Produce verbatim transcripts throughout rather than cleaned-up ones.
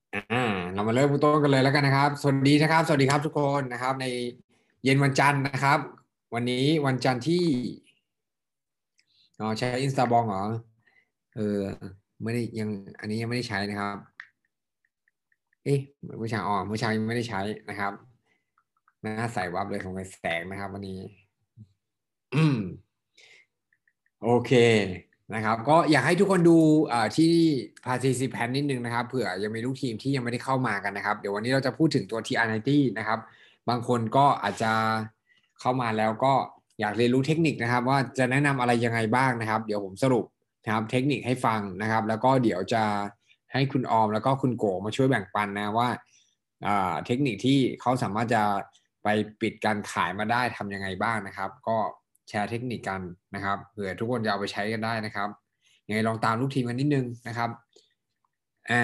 อ่าเรามาเริ่มต้นกันเลยแล้วกันนะครับสวัสดีนะครับสวัสดีครับทุกคนนะครับในเย็นวันจันทร์นะครับวันนี้วันจันทร์ที่อ๋อใช้อินสตาบองเหรอเออไม่ได้ยังอันนี้ยังไม่ได้ใช้นะครับเอ๊ะเมื่อเช้าอ๋อเมื่อเช้ายังไม่ได้ใช้นะครับหน้าใสวับเลยของแสงนะครับวันนี้อืม โอเคนะครับก็อยากให้ทุกคนดูอ่าที่ participant นิดนึงนะครับเผื่อยังมีลูกทีมที่ยังไม่ได้เข้ามากันนะครับเดี๋ยววันนี้เราจะพูดถึงตัว ที อาร์ ไนน์ตี้ นะครับบางคนก็อาจจะเข้ามาแล้วก็อยากเรียนรู้เทคนิคนะครับว่าจะแนะนำอะไรยังไงบ้างนะครับเดี๋ยวผมสรุปนะครับเทคนิคให้ฟังนะครับแล้วก็เดี๋ยวจะให้คุณออมแล้วก็คุณโกมาช่วยแบ่งปันนะว่าอ่าเทคนิคที่เขาสามารถจะไปปิดการขายมาได้ทำยังไงบ้างนะครับก็แชร์เทคนิคกันนะครับเผื่อทุกคนจะเอาไปใช้กันได้นะครับยังไงลองตามลูกทีมกันนิดนึงนะครับอ่า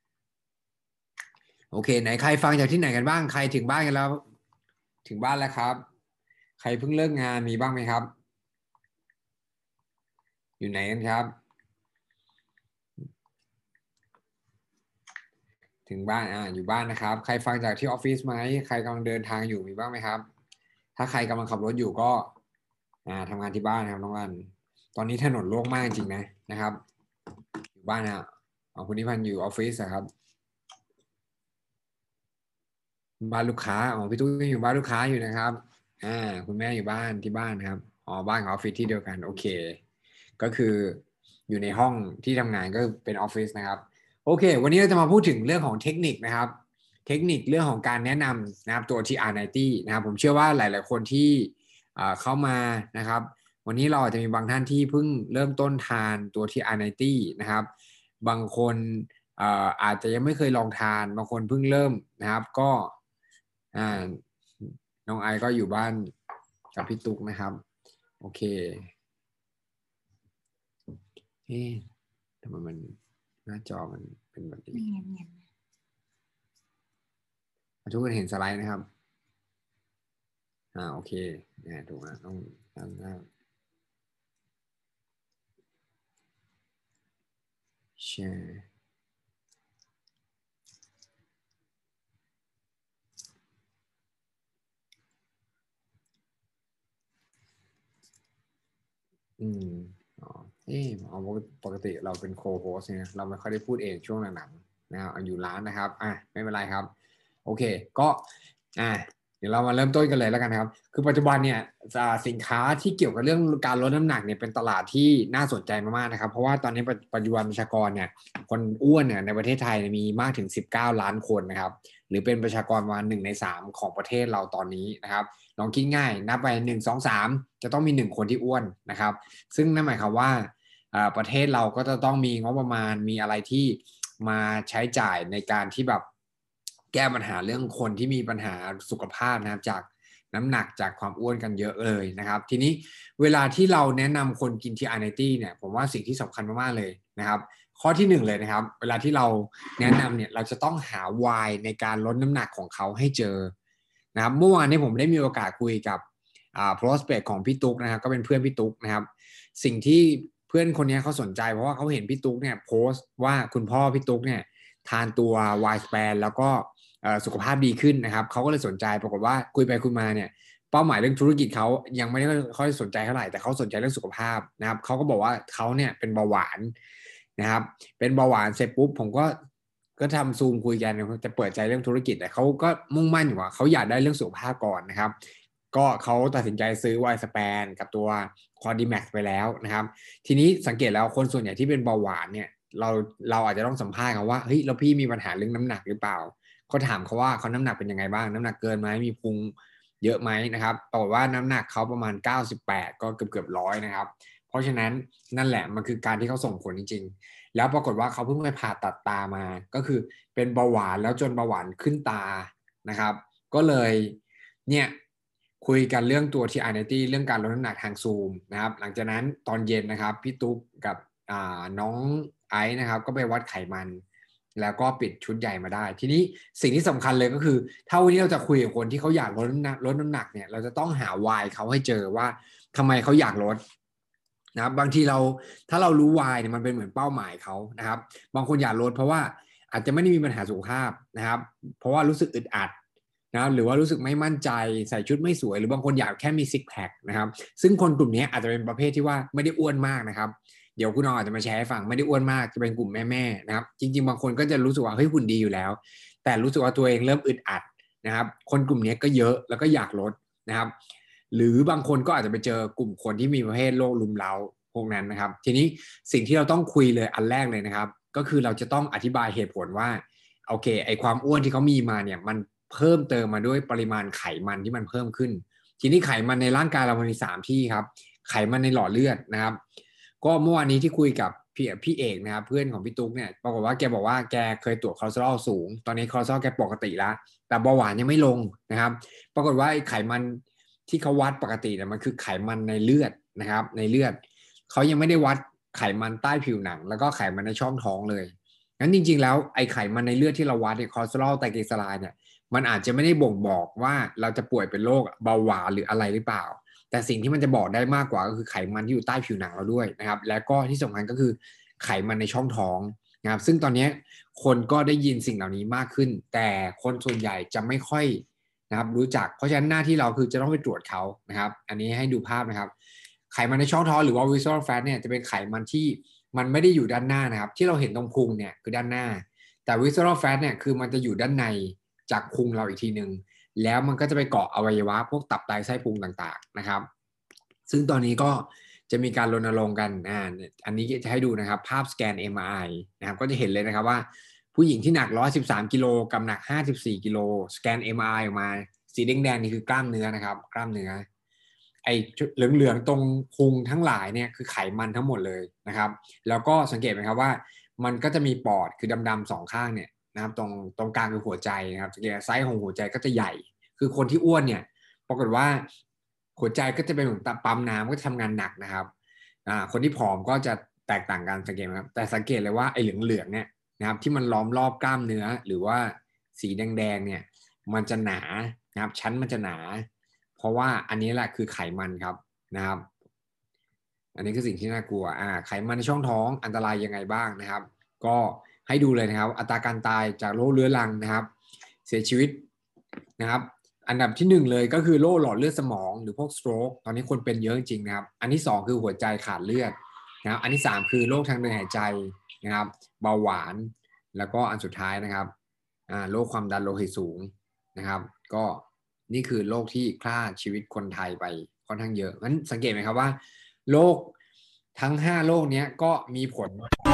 โอเคไหนใครฟังจากที่ไหนกันบ้างใครถึงบ้านกันแล้วถึงบ้านแล้วครับใครเพิ่งเลิกงานมีบ้างไหมครับอยู่ไหนกันครับถึงบ้านอ่าอยู่บ้านนะครับใครฟังจากที่ออฟฟิศไหมใครกำลังเดินทางอยู่มีบ้างไหมครับถ้าใครกำลังขับรถอยู่ก็อ่าทำงานที่บ้านครับน้องวันตอนนี้ถนนโล่งมากจริงๆนะนะครับอยู่บ้านนะอ๋อคุณนิพันธ์อยู่ออฟฟิศอะครับบ้านลูกค้าอ๋อพี่ตุ้ยอยู่บ้านลูกค้าอยู่นะครับอ่าคุณแม่อยู่บ้านที่บ้านนะครับอ๋อบ้านกับออฟฟิศที่เดียวกันโอเคก็คืออยู่ในห้องที่ทำงานก็เป็นออฟฟิศนะครับโอเควันนี้เราจะมาพูดถึงเรื่องของเทคนิคนะครับเทคนิคเรื่องของการแนะนำนะครับตัว ที อาร์ ไนน์ตี้ นะครับผมเชื่อว่าหลายๆคนที่อ่าเข้ามานะครับวันนี้เราอาจจะมีบางท่านที่เพิ่งเริ่มต้นทานตัว ที อาร์ ไนน์ตี้ นะครับบางคนเอ่ออาจจะยังไม่เคยลองทานบางคนเพิ่งเริ่มนะครับก็อ่าน้องไอก็อยู่บ้านกับพี่ตุ๊กนะครับโอเคเอ๊ะทำไมมันหน้าจอมันเป็นแบบนี้เนียนเนียนทุกคนเห็นสไลด์นะครับอ่าโอเคเนี่ยถูกนะต้องต้องต้องแชร์อืมอ๋อเอ๊ะเอาปกติเราเป็นโคโฮสเนี่ยเราไม่ค่อยได้พูดเองช่วงหลังๆนะครับอยู่ร้านนะครับอ่ะไม่เป็นไรครับโอเคก็อ่ะ เดี๋ยวเรามาเริ่มต้นกันเลยแล้วกันนะครับคือปัจจุบันเนี่ยสินค้าที่เกี่ยวกับเรื่องการลดน้ำหนักเนี่ยเป็นตลาดที่น่าสนใจมากๆนะครับเพราะว่าตอนนี้ปัจจุบันประชากรเนี่ยคนอ้วนเนี่ยในประเทศไทยมีมากถึงสิบเก้าล้านคนนะครับหรือเป็นประชากรประมาณหนึ่งในสามของประเทศเราตอนนี้นะครับลองคิดง่ายนับไปหนึ่งสองสามจะต้องมีหนึ่งคนที่อ้วนนะครับซึ่งนั่นหมายความว่าประเทศเราก็จะต้องมีงบประมาณมีอะไรที่มาใช้จ่ายในการที่แบบแก้ปัญหาเรื่องคนที่มีปัญหาสุขภาพนะครับจากน้ำหนักจากความอ้วนกันเยอะเลยนะครับทีนี้เวลาที่เราแนะนำคนกินทีอาร์ไนตี้เนี่ยผมว่าสิ่งที่สำคัญมากๆเลยนะครับข้อที่หนึ่งเลยนะครับเวลาที่เราแนะนำเนี่ยเราจะต้องหาวายในการลดน้ำหนักของเขาให้เจอนะครับเมื่อวานนี้ผมได้มีโอกาสคุยกับอ่า prospect ของพี่ตุ๊กนะครับก็เป็นเพื่อนพี่ตุ๊กนะครับสิ่งที่เพื่อนคนนี้เขาสนใจเพราะว่าเขาเห็นพี่ตุ๊กเนี่ยโพสต์ว่าคุณพ่อพี่ตุ๊กเนี่ยทานตัว Y Span แล้วก็สุขภาพดีขึ้นนะครับเขาก็เลยสนใจปรากฏว่าคุยไปคุยมาเนี่ยเป้าหมายเรื่องธุรกิจเขายังไม่ได้ค่อยสนใจเท่าไหร่แต่เขาสนใจเรื่องสุขภาพนะครับเขาก็บอกว่าเขาเนี่ยเป็นเบาหวานนะครับเป็นเบาหวานเสร็จปุ๊บผมก็ก็ทำซูมคุยกันจะเปิดใจเรื่องธุรกิจแต่เขาก็มุ่งมั่นอยู่ว่าเขาอยากได้เรื่องสุขภาพก่อนนะครับก็เขาตัดสินใจซื้อ Y Span กับตัว Codimax ไปแล้วนะครับทีนี้สังเกตแล้วคนส่วนใหญ่ที่เป็นเบาหวานเนี่ยเราเราอาจจะต้องสัมภาษณ์เขาว่าเฮ้ยแล้วพี่มีปัญหาเรื่องน้ำหนักหรือเปล่าก็ถามเขาว่าเขาน้ำหนักเป็นยังไงบ้างน้ำหนักเกินไหมมีพุงเยอะไหมนะครับปรากฏว่าน้ำหนักเขาประมาณเก้าสิบแปดก็เกือบเกือบร้อยนะครับเพราะฉะนั้นนั่นแหละมันคือการที่เขาส่งผลจริงๆแล้วปรากฏว่าเขาเพิ่งไปผ่าตัดตามาก็คือเป็นเบาหวานแล้วจนเบาหวานขึ้นตานะครับก็เลยเนี่ยคุยกันเรื่องตัว ที อาร์ ไนน์ตี้ เรื่องการลดน้ำหนักทางซูมนะครับหลังจากนั้นตอนเย็นนะครับพี่ตุ๊กกับน้องไอซ์นะครับก็ไปวัดไขมันแล้วก็ปิดชุดใหญ่มาได้ทีนี้สิ่งที่สำคัญเลยก็คือถ้าวันนี้เราจะคุยกับคนที่เขาอยากลดน้ำหนักลดน้ำหนักเนี่ยเราจะต้องหาวายเขาให้เจอว่าทำไมเขาอยากลดนะครับบางทีเราถ้าเรารู้วายเนี่ยมันเป็นเหมือนเป้าหมายเขานะครับบางคนอยากลดเพราะว่าอาจจะไม่ได้มีปัญหาสุขภาพนะครับเพราะว่ารู้สึกอึดอัดนะหรือว่ารู้สึกไม่มั่นใจใส่ชุดไม่สวยหรือบางคนอยากแค่มีซิกแพคนะครับซึ่งคนกลุ่มนี้อาจจะเป็นประเภทที่ว่าไม่ได้อ้วนมากนะครับเดี๋ยวคุณน้องอาจจะมาแชร์ให้ฟังไม่ได้อ้วนมากจะเป็นกลุ่มแม่ๆนะครับจริงๆบางคนก็จะรู้สึกว่าเฮ้ยหุ่นดีอยู่แล้วแต่รู้สึกว่าตัวเองเริ่มอึดอัดนะครับคนกลุ่มนี้ก็เยอะแล้วก็อยากลดนะครับหรือบางคนก็อาจจะไปเจอกลุ่มคนที่มีประเภทโรครุมเร้าพวกนั้นนะครับทีนี้สิ่งที่เราต้องคุยเลยอันแรกเลยนะครับก็คือเราจะต้องอธิบายเหตุผลว่าโอเคไอความอ้วนที่เขามีมาเนี่ยมันเพิ่มเติมมาด้วยปริมาณไขมันที่มันเพิ่มขึ้นทีนี้ไขมันในร่างกายเรามันมีสามที่ครับไขมันในหลอดเลือดนะครับก็เมื่อวานนี้ที่คุยกับพี่พี่เอกนะครับเพื่อนของพี่ตุ๊กเนี่ยปรากฏว่าแกบอกว่าแกเคยตรวจคอเลสเตอรอลสูงตอนนี้คอเลสเตอรอลแกปกติแล้วแต่เบาหวานยังไม่ลงนะครับปรากฏว่าไอไขมันที่เขาวัดปกติเนี่ยมันคือไขมันในเลือดนะครับในเลือดเขายังไม่ได้วัดไขมันใต้ผิวหนังแล้วก็ไขมันในช่องท้องเลยงั้นจริงๆแล้วไอไขมันในเลือดที่เราวัดเนี่ยคอเลสเตอรอลไตรกลีเซอไรด์เนี่ยมันอาจจะไม่ได้บ่งบอกว่าเราจะป่วยเป็นโรคเบาหวานหรืออะไรหรือเปล่าแต่สิ่งที่มันจะบอกได้มากกว่าก็คือไขมันที่อยู่ใต้ผิวหนังเราด้วยนะครับแล้วก็ที่สำคัญก็คือไขมันในช่องท้องนะครับซึ่งตอนนี้คนก็ได้ยินสิ่งเหล่านี้มากขึ้นแต่คนส่วนใหญ่จะไม่ค่อยนะครับรู้จักเพราะฉะนั้นหน้าที่เราคือจะต้องไปตรวจเขานะครับอันนี้ให้ดูภาพนะครับไขมันในช่องท้องหรือว่า visceral fat เนี่ยจะเป็นไขมันที่มันไม่ได้อยู่ด้านหน้านะครับที่เราเห็นตรงพุงเนี่ยคือด้านหน้าแต่ visceral fat เนี่ยคือมันจะอยู่ด้านในจากพุงเราอีกทีนึงแล้วมันก็จะไปเกาะอวัยวะพวกตับไตไส้พุงต่างๆนะครับซึ่งตอนนี้ก็จะมีการรณรงค์กันอ่าอันนี้จะให้ดูนะครับภาพสแกน เอ็ม อาร์ ไอ นะครับก็จะเห็นเลยนะครับว่าผู้หญิงที่หนักหนึ่งร้อยสิบสามกิโลกับหนักห้าสิบสี่กิโลสแกน เอ็ม อาร์ ไอ ออกมาสีแดงๆนี่คือกล้ามเนื้อนะครับกล้ามเนื้อไอ้เหลืองๆตรงพุงทั้งหลายเนี่ยคือไขมันทั้งหมดเลยนะครับแล้วก็สังเกตไหมครับว่ามันก็จะมีปอดคือดำๆสองข้างเนี่ยนะครับตรงตรงกลางคือหัวใจนะครับไซส์ของหัวใจก็จะใหญ่คือคนที่อ้วนเนี่ยปรากฏว่าหัวใจก็จะเป็นเหมือนปั๊มน้ำก็ทำงานหนักนะครับอ่าคนที่ผอมก็จะแตกต่างกันสังเกตไหมครับแต่สังเกตเลยว่าไอ้เหลืองๆเนี่ยนะครับที่มันล้อมรอบกล้ามเนื้อหรือว่าสีแดงๆเนี่ยมันจะหนานะครับชั้นมันจะหนาเพราะว่าอันนี้แหละคือไขมันครับนะครับอันนี้คือสิ่งที่น่ากลัวอ่าไขมันในช่องท้องอันตรายยังไงบ้างนะครับก็ให้ดูเลยนะครับอัตราการตายจากโรคเรื้อรังนะครับเสียชีวิตนะครับอันดับที่หนึ่งเลยก็คือโรคหลอดเลือดสมองหรือพวกสโตรกตอนนี้คนเป็นเยอะจริงๆนะครับอันที่สองคือหัวใจขาดเลือดนะครับอันที่สามคือโรคทางเดินหายใจนะครับเบาหวานแล้วก็อันสุดท้ายนะครับอ่าโรคความดันโลหิตสูงนะครับก็นี่คือโรคที่ฆ่าชีวิตคนไทยไปค่อนข้างเยอะงั้นสังเกตไหมครับว่าโรคทั้งห้าโรคนี้ก็มีผล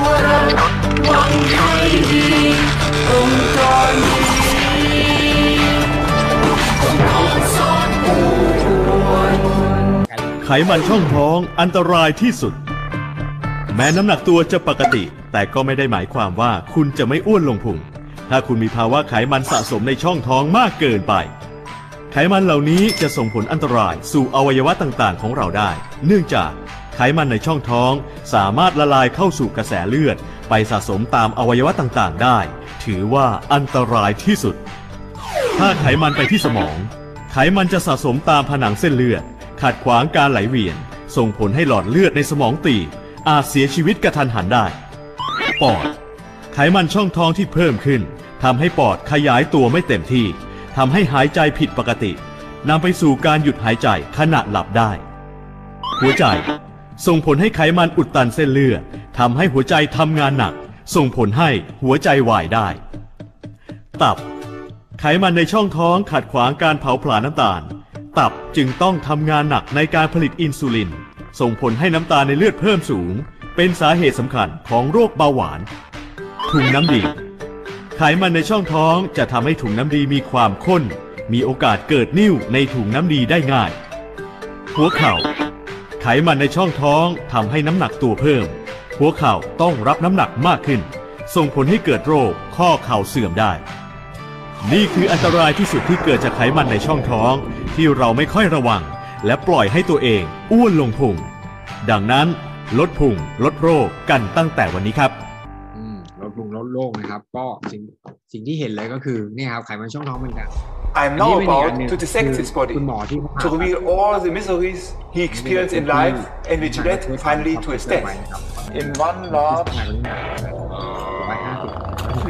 ไขมันช่องท้องอันตรายที่สุดแม้น้ำหนักตัวจะปกติแต่ก็ไม่ได้หมายความว่าคุณจะไม่อ้วนลงพุงถ้าคุณมีภาวะไขมันสะสมในช่องท้องมากเกินไปไขมันเหล่านี้จะส่งผลอันตรายสู่อวัยวะต่างๆของเราได้เนื่องจากไขมันในช่องท้องสามารถละลายเข้าสู่กระแสเลือดไปสะสมตามอวัยวะต่างๆได้ถือว่าอันตรายที่สุดถ้าไขมันไปที่สมองไขมันจะสะสมตามผนังเส้นเลือดขัดขวางการไหลเวียนส่งผลให้หลอดเลือดในสมองตีบอาจเสียชีวิตกระทันหันได้ปอดไขมันช่องท้องที่เพิ่มขึ้นทำให้ปอดขยายตัวไม่เต็มที่ทำให้หายใจผิดปกตินำไปสู่การหยุดหายใจขณะหลับได้หัวใจส่งผลให้ไขมันอุดตันเส้นเลือดทำให้หัวใจทำงานหนักส่งผลให้หัวใจวายได้ตับไขมันในช่องท้องขัดขวางการเผาผลาญน้ำตาลตับจึงต้องทำงานหนักในการผลิตอินซูลินส่งผลให้น้ำตาลในเลือดเพิ่มสูงเป็นสาเหตุสำคัญของโรคเบาหวานถุงน้ำดีไขมันในช่องท้องจะทำให้ถุงน้ำดีมีความข้นมีโอกาสเกิดนิ่วในถุงน้ำดีได้ง่ายหัวเข่าไขมันในช่องท้องทำให้น้ำหนักตัวเพิ่มหัวเข่าต้องรับน้ำหนักมากขึ้นส่งผลให้เกิดโรคข้อเข่าเสื่อมได้นี่คืออันตรายที่สุดที่เกิดจากไขมันในช่องท้องที่เราไม่ค่อยระวังและปล่อยให้ตัวเองอ้วนลงพุงดังนั้นลดพุงลดโรคกันตั้งแต่วันนี้ครับลดพุงลดโรคนะครับก็สิ่งสิ่งที่เห็นเลยก็คือนี่ครับไขมันช่องท้องมันกัน I'm now about to dissect his body to reveal all the miseries he experienced in life and which led finally to his death. In one large, we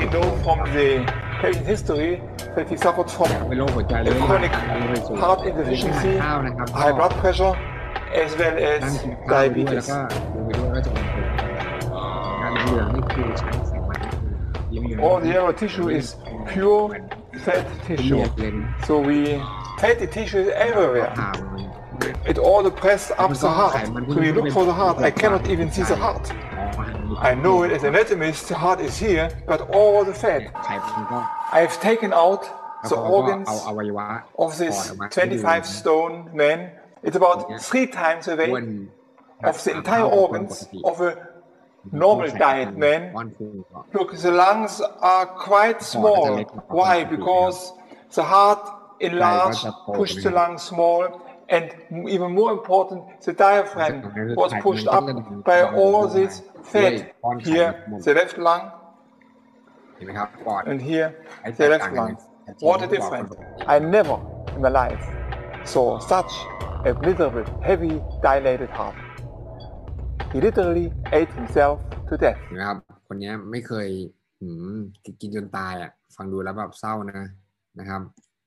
know from the patient history that he suffered from เป็นโรคหัวใจเลย chronic heart insufficiency, high blood pressure, as well นั่ง as กินข้าวด้วยแล้ว diabetes. ก็ดูไปด้วยก็จะเป็นผลงานเหลืองๆนี่คือใช้ไขมันเหลืองๆ All the yellow tissue is pure fat tissue. So we fatty tissue is everywhere. It all pressed up the heart. So we look for the heart. I cannot even see the heart. I know it as an anatomist. The heart is here, but all the fat. ไขมันก็ I've taken out แล้ว the เขาก็ organs เอาอวัยวะ of this twenty-five stone man. It's about three times the อ้วน weight of the entire organs of a normal diet man. อ้วนพุงก็ Look, the lungs are quite small. Why? Because the heart enlarged, pushed the lungs small, and even more important, the diaphragm was pushed up by all this fat. Here, the left lung, เห็นไหมครับปอด and here, the left lung. What a difference. I never in my life saw such a miserable, heavy, dilated heart. He literally ate himself to death. นะครับคนนี้ไม่เคยหืมกินจนตายอ่ะฟังดูแล้วแบบเศร้านะนะครับ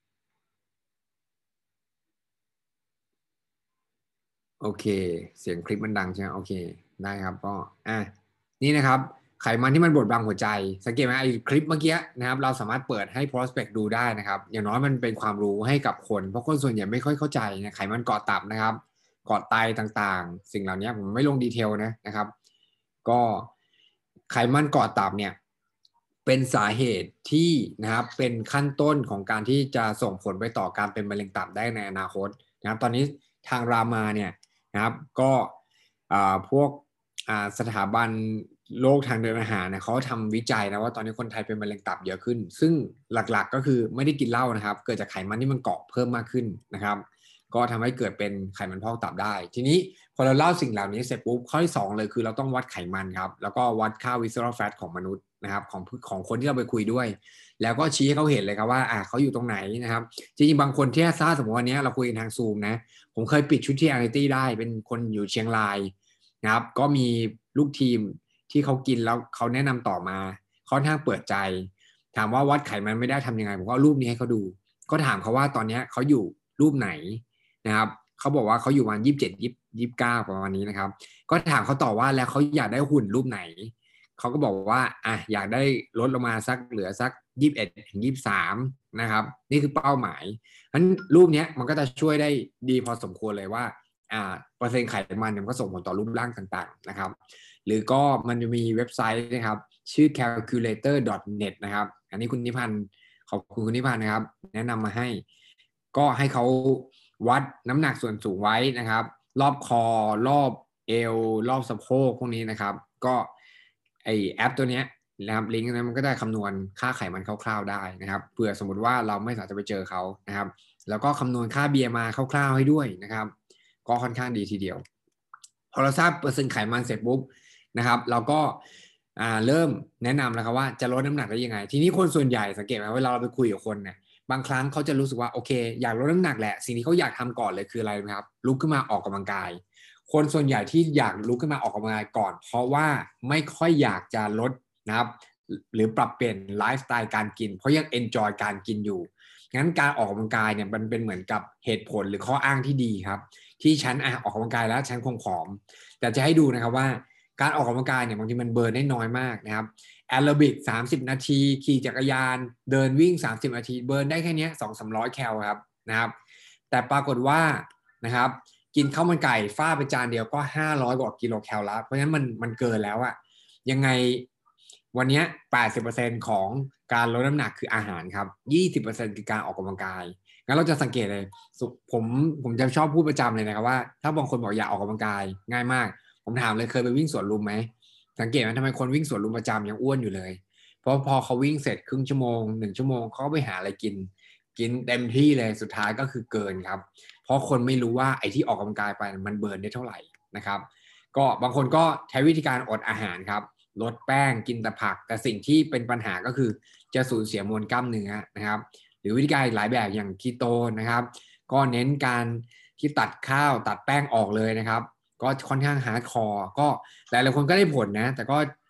โอเคเสียงคลิปมันดังใช่ไหมโอเคได้ครับก็อ่ะนี่นะครับไขมันที่มันบดบังหัวใจสังเกตไหมไอ้คลิปเมื่อกี้นะครับเราสามารถเปิดให้ prospect ดูได้นะครับอย่างน้อยมันเป็นความรู้ให้กับคนเพราะคนส่วนใหญ่ไม่ค่อยเข้าใจนะไขมันเกาะตับนะครับเกาะไตต่างๆสิ่งเหล่านี้ผมไม่ลงดีเทลนะนะครับก็ไขมันเกาะตับเนี่ยเป็นสาเหตุที่นะครับเป็นขั้นต้นของการที่จะส่งผลไปต่อการเป็นมะเร็งตับได้ในอนาคตนะครับตอนนี้ทางรามาเนี่ยนะครับก็พวกสถาบันโรคทางเดินอาหารเนี่ยเขาทำวิจัยนะว่าตอนนี้คนไทยเป็นมะเร็งตับเยอะขึ้นซึ่งหลักๆก็คือไม่ได้กินเหล้านะครับเกิดจากไขมันที่มันเกาะเพิ่มมากขึ้นนะครับก็ทำให้เกิดเป็นไขมันพอกตับได้ทีนี้พอเราเล่าสิ่งเหล่านี้เสร็จปุ๊บข้อที่สองเลยคือเราต้องวัดไขมันครับแล้วก็วัดค่า visceral fat ของมนุษย์นะครับของของคนที่เราไปคุยด้วยแล้วก็ชี้ให้เขาเห็นเลยครับว่าอ่าเขาอยู่ตรงไหนนะครับจริงๆบางคนที่ทราบสมมติวันนี้เราคุยกันทางซูมนะผมเคยปิดชุดที่ Reality ได้เป็นคนอยู่เชียงรายนะครับก็มีลูกทีมที่เขากินแล้วเขาแนะนำต่อมาค่อนข้างเปิดใจถามว่าวัดไขมันไม่ได้ทำยังไงผมก็รูปนี้ให้เขาดูก็ถามเขาว่าตอนนี้เขาอยู่รูปไหนนะครับเขาบอกว่าเขาอยู่ประมาณยี่สิบเจ็ด ยี่สิบเก้าประมาณนี้นะครับก็ถามเขาต่อว่าแล้วเขาอยากได้หุ่นรูปไหนเขาก็บอกว่าอ่ะอยากได้ลดลงมาสักเหลือสักยี่สิบเอ็ดถึงยี่สิบสามนะครับนี่คือเป้าหมายเพราะฉะนั้นรูปนี้มันก็จะช่วยได้ดีพอสมควรเลยว่าอ่าเปอร์เซ็นต์ไขมันมันก็ส่งผลต่อรูปร่างต่างๆนะครับหรือก็มันจะมีเว็บไซต์นะครับชื่อ แคลคูลเลเตอร์ ดอท เน็ต นะครับอันนี้คุณนิพันธ์ขอบคุณคุณนิพันธ์นะครับแนะนำมาให้ก็ให้เขาวัดน้ำหนักส่วนสูงไว้นะครับรอบคอรอบเอวรอบสะโพกพวกนี้นะครับก็ไอแอปตัวนี้นะครับลิงก์นั้นมันก็ได้คำนวณค่าไขมันคร่าวๆได้นะครับเผื่อสมมติว่าเราไม่สามารถจะไปเจอเขานะครับแล้วก็คำนวณค่า บี เอ็ม อาร์ คร่าวๆให้ด้วยนะครับก็ค่อนข้างดีทีเดียวพอเราทราบเปอร์เซ็นต์ไขมันเสร็จปุ๊บนะครับเราก็อ่าเริ่มแนะนำแล้วครับว่าจะลดน้ำหนักได้ยังไงทีนี้คนส่วนใหญ่สังเกตไหมเวลาเราไปคุยกับคนเนี่ยบางครั้งเขาจะรู้สึกว่าโอเคอยากลดน้ำหนักแหละสิ่งที่เขาอยากทำก่อนเลยคืออะไรนะครับลุกขึ้นมาออกกำลังกายคนส่วนใหญ่ที่อยากลุกขึ้นมาออกกำลังกายก่อนเพราะว่าไม่ค่อยอยากจะลดนะครับหรือปรับเปลี่ยนไลฟ์สไตล์การกินเพราะยังเอนจอยการกินอยู่งั้นการออกกำลังกายเนี่ยมันเป็นเหมือนกับเหตุผลหรือข้ออ้างที่ดีครับที่ฉันอ่ะออกกำลังกายแล้วฉันคงผอมแต่จะให้ดูนะครับว่าการออกกำลังกายเนี่ยบางทีมันเบิร์นได้น้อยมากนะครับแอโรบิกสามสิบนาทีขี่จักรยานเดินวิ่งสามสิบนาทีเบิร์นได้แค่นี้ สองถึงสามร้อย แคลครับนะครับแต่ปรากฏว่านะครับกินข้าวมันไก่ฟาดไปจานเดียวก็ห้าร้อยกว่ากิโลแคลแล้วเพราะฉะนั้นมันมันเกินแล้วอะยังไงวันนี้ แปดสิบเปอร์เซ็นต์ ของการลดน้ำหนักคืออาหารครับ ยี่สิบเปอร์เซ็นต์ คือการออกกำลังกายงั้นเราจะสังเกตเลยผมผมจะชอบพูดประจำเลยนะครับว่าถ้าบางคนบอกอยากออกกำลังกายง่ายมากผมถามเลยเคยไปวิ่งสวนลุมไหมสังเกตไหมทำไมคนวิ่งสวนลุมประจำยังอ้วนอยู่เลยเพราะพอเขาวิ่งเสร็จครึ่งชั่วโมงหนึ่งชั่วโมงเขาไปหาอะไรกินกินเต็มที่เลยสุดท้ายก็คือเกินครับเพราะคนไม่รู้ว่าไอ้ที่ออกกำลังกายไปมันเบิร์นได้เท่าไหร่นะครับก็บางคนก็ใช้วิธีการอดอาหารครับลดแป้งกินแต่ผักแต่สิ่งที่เป็นปัญหาก็คือจะสูญเสียมวลกล้ามเนื้อนะครับหรือวิธีการหลายแบบอย่างคีโตนะครับก็เน้นการที่ตัดข้าวตัดแป้งออกเลยนะครับก็ค่อนข้างฮาร์ดคอร์ก็หลายๆคนก็ได้ผลนะแต่ก็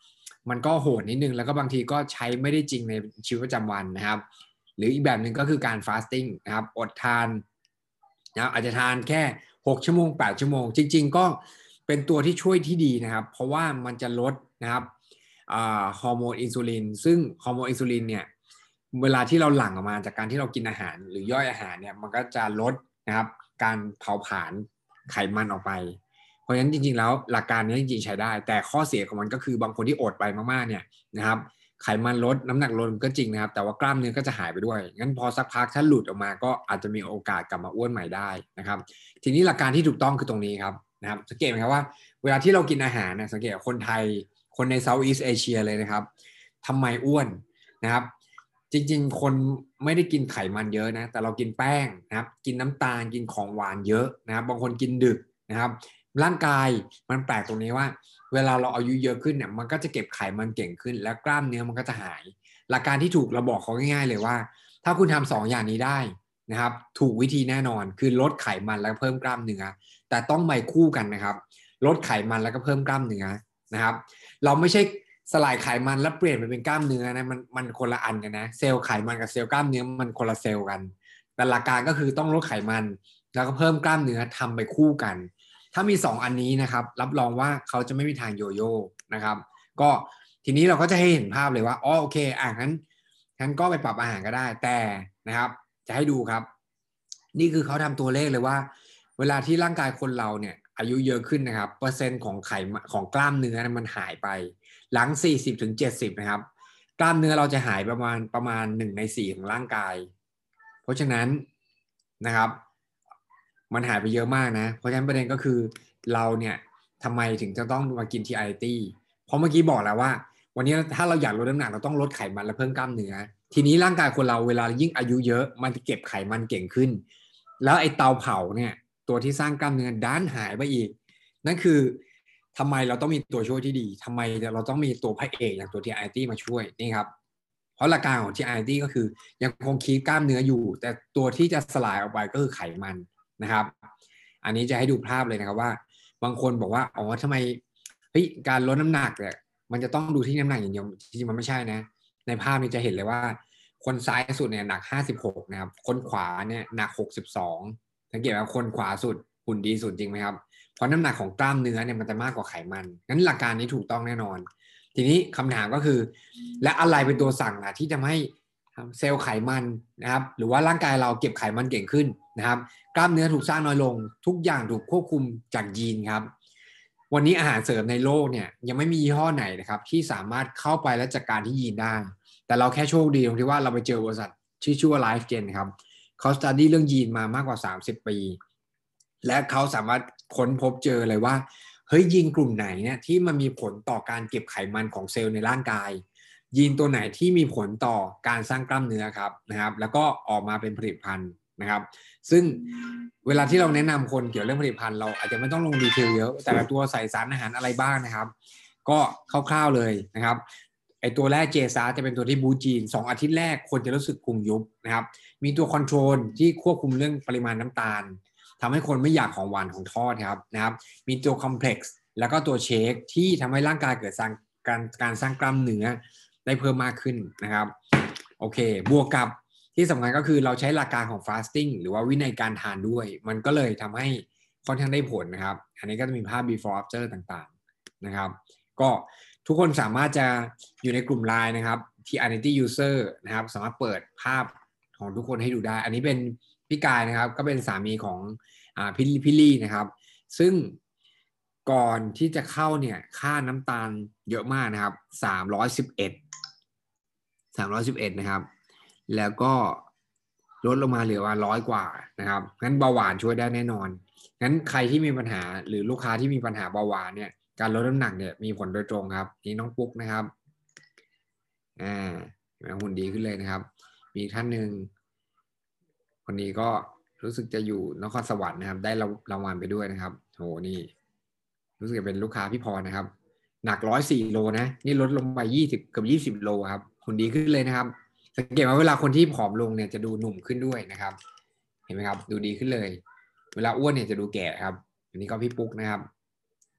มันก็โหดนิดนึงแล้วก็บางทีก็ใช้ไม่ได้จริงในชีวิตประจำวันนะครับหรืออีกแบบหนึ่งก็คือการฟาสติ้งนะครับอดทานนะอาจจะทานแค่หกชั่วโมงแปดชั่วโมงจริงๆก็เป็นตัวที่ช่วยที่ดีนะครับเพราะว่ามันจะลดนะครับฮอร์โมนอินซูลินซึ่งฮอร์โมนอินซูลินเนี่ยเวลาที่เราหลั่งออกมาจากการที่เรากินอาหารหรือย่อยอาหารเนี่ยมันก็จะลดนะครับการเผาผลาญไขมันออกไปเพราะฉะนั้นจริงๆแล้วหลักการนี้จริงๆใช้ได้แต่ข้อเสียของมันก็คือบางคนที่อดไปมากๆเนี่ยนะครับไขมันลดน้ำหนักลดก็จริงนะครับแต่ว่ากล้ามเนื้อก็จะหายไปด้วยงั้นพอสักพักถ้าหลุดออกมาก็อาจจะมีโอกาสกลับมาอ้วนใหม่ได้นะครับทีนี้หลักการที่ถูกต้องคือตรงนี้ครับนะครับสังเกตไหมครับว่าเวลาที่เรากินอาหารเนี่ยสังเกตคนไทยคนในเซาท์อีสต์เอเชียเลยนะครับทำไมอ้วนนะครับจริงๆคนไม่ได้กินไขมันเยอะนะแต่เรากินแป้งนะครับกินน้ำตาลกินของหวานเยอะนะครับบางคนกินดึกนะครับร่างกายมันแปลกตรงนี้ว่าเวลาเราอายุเยอะขึ้นเนี่ยมันก็จะเก็บไขมันเก่งขึ้นแล้วกล้ามเนื้อมันก็จะหายหลักการที่ถูกเราบอกเขาง่ายๆเลยว่าถ้าคุณทำสองอย่างนี้ได้นะครับถูกวิธีแน่นอนคือลดไขมันแล้วเพิ่มกล้ามเนื้อแต่ต้องไปคู่กันนะครับลดไขมันแล้วก็เพิ่มกล้ามเนื้อนะครับเราไม่ใช่สลายไขมันแล้วเปลี่ยนไปเป็นกล้ามเนื้อนะมันมันคนละอันกันนะเซลล์ไขมันกับเซลล์กล้ามเนื้อมันคนละเซลล์กันแต่หลักการก็คือต้องลดไขมันแล้วก็เพิ่มกล้ามเนื้อทำไปคู่กันถ้ามีสองอันนี้นะครับรับรองว่าเขาจะไม่มีทางโยโย่นะครับก็ทีนี้เราก็จะให้เห็นภาพเลยว่าอ๋อโอเคอ่ะงั้นงั้นก็ไปปรับอาหารก็ได้แต่นะครับจะให้ดูครับนี่คือเขาทำตัวเลขเลยว่าเวลาที่ร่างกายคนเราเนี่ยอายุเยอะขึ้นนะครับเปอร์เซ็นต์ของไขมันของกล้ามเนื้อมันหายไปหลัง สี่สิบถึงเจ็ดสิบ นะครับกล้ามเนื้อเราจะหายประมาณประมาณหนึ่งในสี่ของร่างกายเพราะฉะนั้นนะครับมันหายไปเยอะมากนะเพราะฉะนั้นประเด็นก็คือเราเนี่ยทำไมถึงจะต้องมากินทีไอตี้เพราะเมื่อกี้บอกแล้วว่าวันนี้ถ้าเราอยากลดน้ำหนักเราต้องลดไขมันและเพิ่มกล้ามเนื้อทีนี้ร่างกายคนเราเวลายิ่งอายุเยอะมันจะเก็บไขมันเก่งขึ้นแล้วไอ้เตาเผาเนี่ยตัวที่สร้างกล้ามเนื้อด้านหายไปอีกนั่นคือทำไมเราต้องมีตัวช่วยที่ดีทำไมเราต้องมีตัวพระเอกอย่างตัวทีไอตี้มาช่วยนี่ครับเพราะหลักการของทีไอตี้ก็คือยังคงคีบกล้ามเนื้ออยู่แต่ตัวที่จะสลายออกไปก็คือไขมันนะครับอันนี้จะให้ดูภาพเลยนะครับว่าบางคนบอกว่าอ๋อทำไมเฮ้ยการลดน้ำหนักเนี่ยมันจะต้องดูที่น้ำหนักอย่างเดียวจริงๆมันไม่ใช่นะในภาพนี้จะเห็นเลยว่าคนซ้ายสุดเนี่ยหนักห้าสิบหกนะครับคนขวาเนี่ยหนักหกสิบสองสังเกตว่าคนขวาสุดหุ่นดีสุดจริงไหมครับเพราะน้ำหนักของกล้ามเนื้อเนี่ยมันจะมากกว่าไขมันงั้นหลักการนี้ถูกต้องแน่นอนทีนี้คำถามก็คือและอะไรเป็นตัวสั่งล่ะที่จะให้เซลล์ไขมันนะครับหรือว่าร่างกายเราเก็บไขมันเก่งขึ้นนะครับกล้ามเนื้อถูกสร้างน้อยลงทุกอย่างถูกควบคุมจากยีนครับวันนี้อาหารเสริมในโลกเนี่ยยังไม่มียี่ห้อไหนนะครับที่สามารถเข้าไปและจัดการที่ยีนได้แต่เราแค่โชคดีตรงที่ว่าเราไปเจอบริษัทชื่อชื่อว่า LifeGen ครับเขาสตัดดี้เรื่องยีนมามากกว่าสามสิบปีและเขาสามารถค้นพบเจอเลยว่าเฮ้ยยีนกลุ่มไหนเนี่ยที่มันมีผลต่อการเก็บไขมันของเซลล์ในร่างกายยีนตัวไหนที่มีผลต่อการสร้างกล้ามเนื้อครับนะครับแล้วก็ออกมาเป็นผลิตภัณฑ์นะครับซึ่งเวลาที่เราแนะนำคนเกี่ยวเรื่องผลิตภัณฑ์เราอาจจะไม่ต้องลงดีเทลเยอะแต่ละตัวใส่สารอาหารอะไรบ้างนะครับก็คร่าวๆเลยนะครับไอตัวแรกเจซาจะเป็นตัวที่บูสต์จีนสองอาทิตย์แรกคนจะรู้สึกพุงยุบนะครับมีตัวคอนโทรลที่ควบคุมเรื่องปริมาณน้ำตาลทำให้คนไม่อยากของหวานของทอดครับนะครับมีตัวคอมเพล็กซ์แล้วก็ตัวเชคที่ทำให้ร่างกายเกิดสร้างการการสร้างกล้ามเนื้อได้เพิ่มมากขึ้นนะครับโอเคบวกกับที่สำคัญก็คือเราใช้หลักการของ fasting หรือว่าวินัยการทานด้วยมันก็เลยทำให้ค่อนข้างได้ผลนะครับอันนี้ก็จะมีภาพ before after ต่างๆนะครับก็ทุกคนสามารถจะอยู่ในกลุ่ม ไลน์ นะครับ ที ไอ เอ็น ที user นะครับสามารถเปิดภาพของทุกคนให้ดูได้อันนี้เป็นพี่กายนะครับก็เป็นสามีของอ่าพี่พี่ลี่นะครับซึ่งก่อนที่จะเข้าเนี่ยค่าน้ำตาลเยอะมากนะครับสามร้อยสิบเอ็ด สามร้อยสิบเอ็ดนะครับแล้วก็ลดลงมาเหลือว่าร้อยกว่านะครับงั้นเบาหวานช่วยได้แน่นอนงั้นใครที่มีปัญหาหรือลูกค้าที่มีปัญหาเบาหวานเนี่ยการลดน้ำหนักเนี่ยมีผลโดยตรงครับนี่น้องปุ๊กนะครับอ่าหุ่นดีขึ้นเลยนะครับมีท่านหนึ่งคนนี้ก็รู้สึกจะอยู่นครสวรรค์นะครับได้รางวัลไปด้วยนะครับโหนี่รู้สึกจะเป็นลูกค้าพี่พรนะครับหนักร้อยสี่โลนะนี่ลดลงไปยี่สิบเกือบยี่สิบโลครับหุ่นดีขึ้นเลยนะครับสังเกตว่าเวลาคนที่ผอมลงเนี่ยจะดูหนุ่มขึ้นด้วยนะครับเห็นไหมครับดูดีขึ้นเลยเวลาอ้วนเนี่ยจะดูแก่ครับอันนี้ก็พี่ปุ๊กนะครับ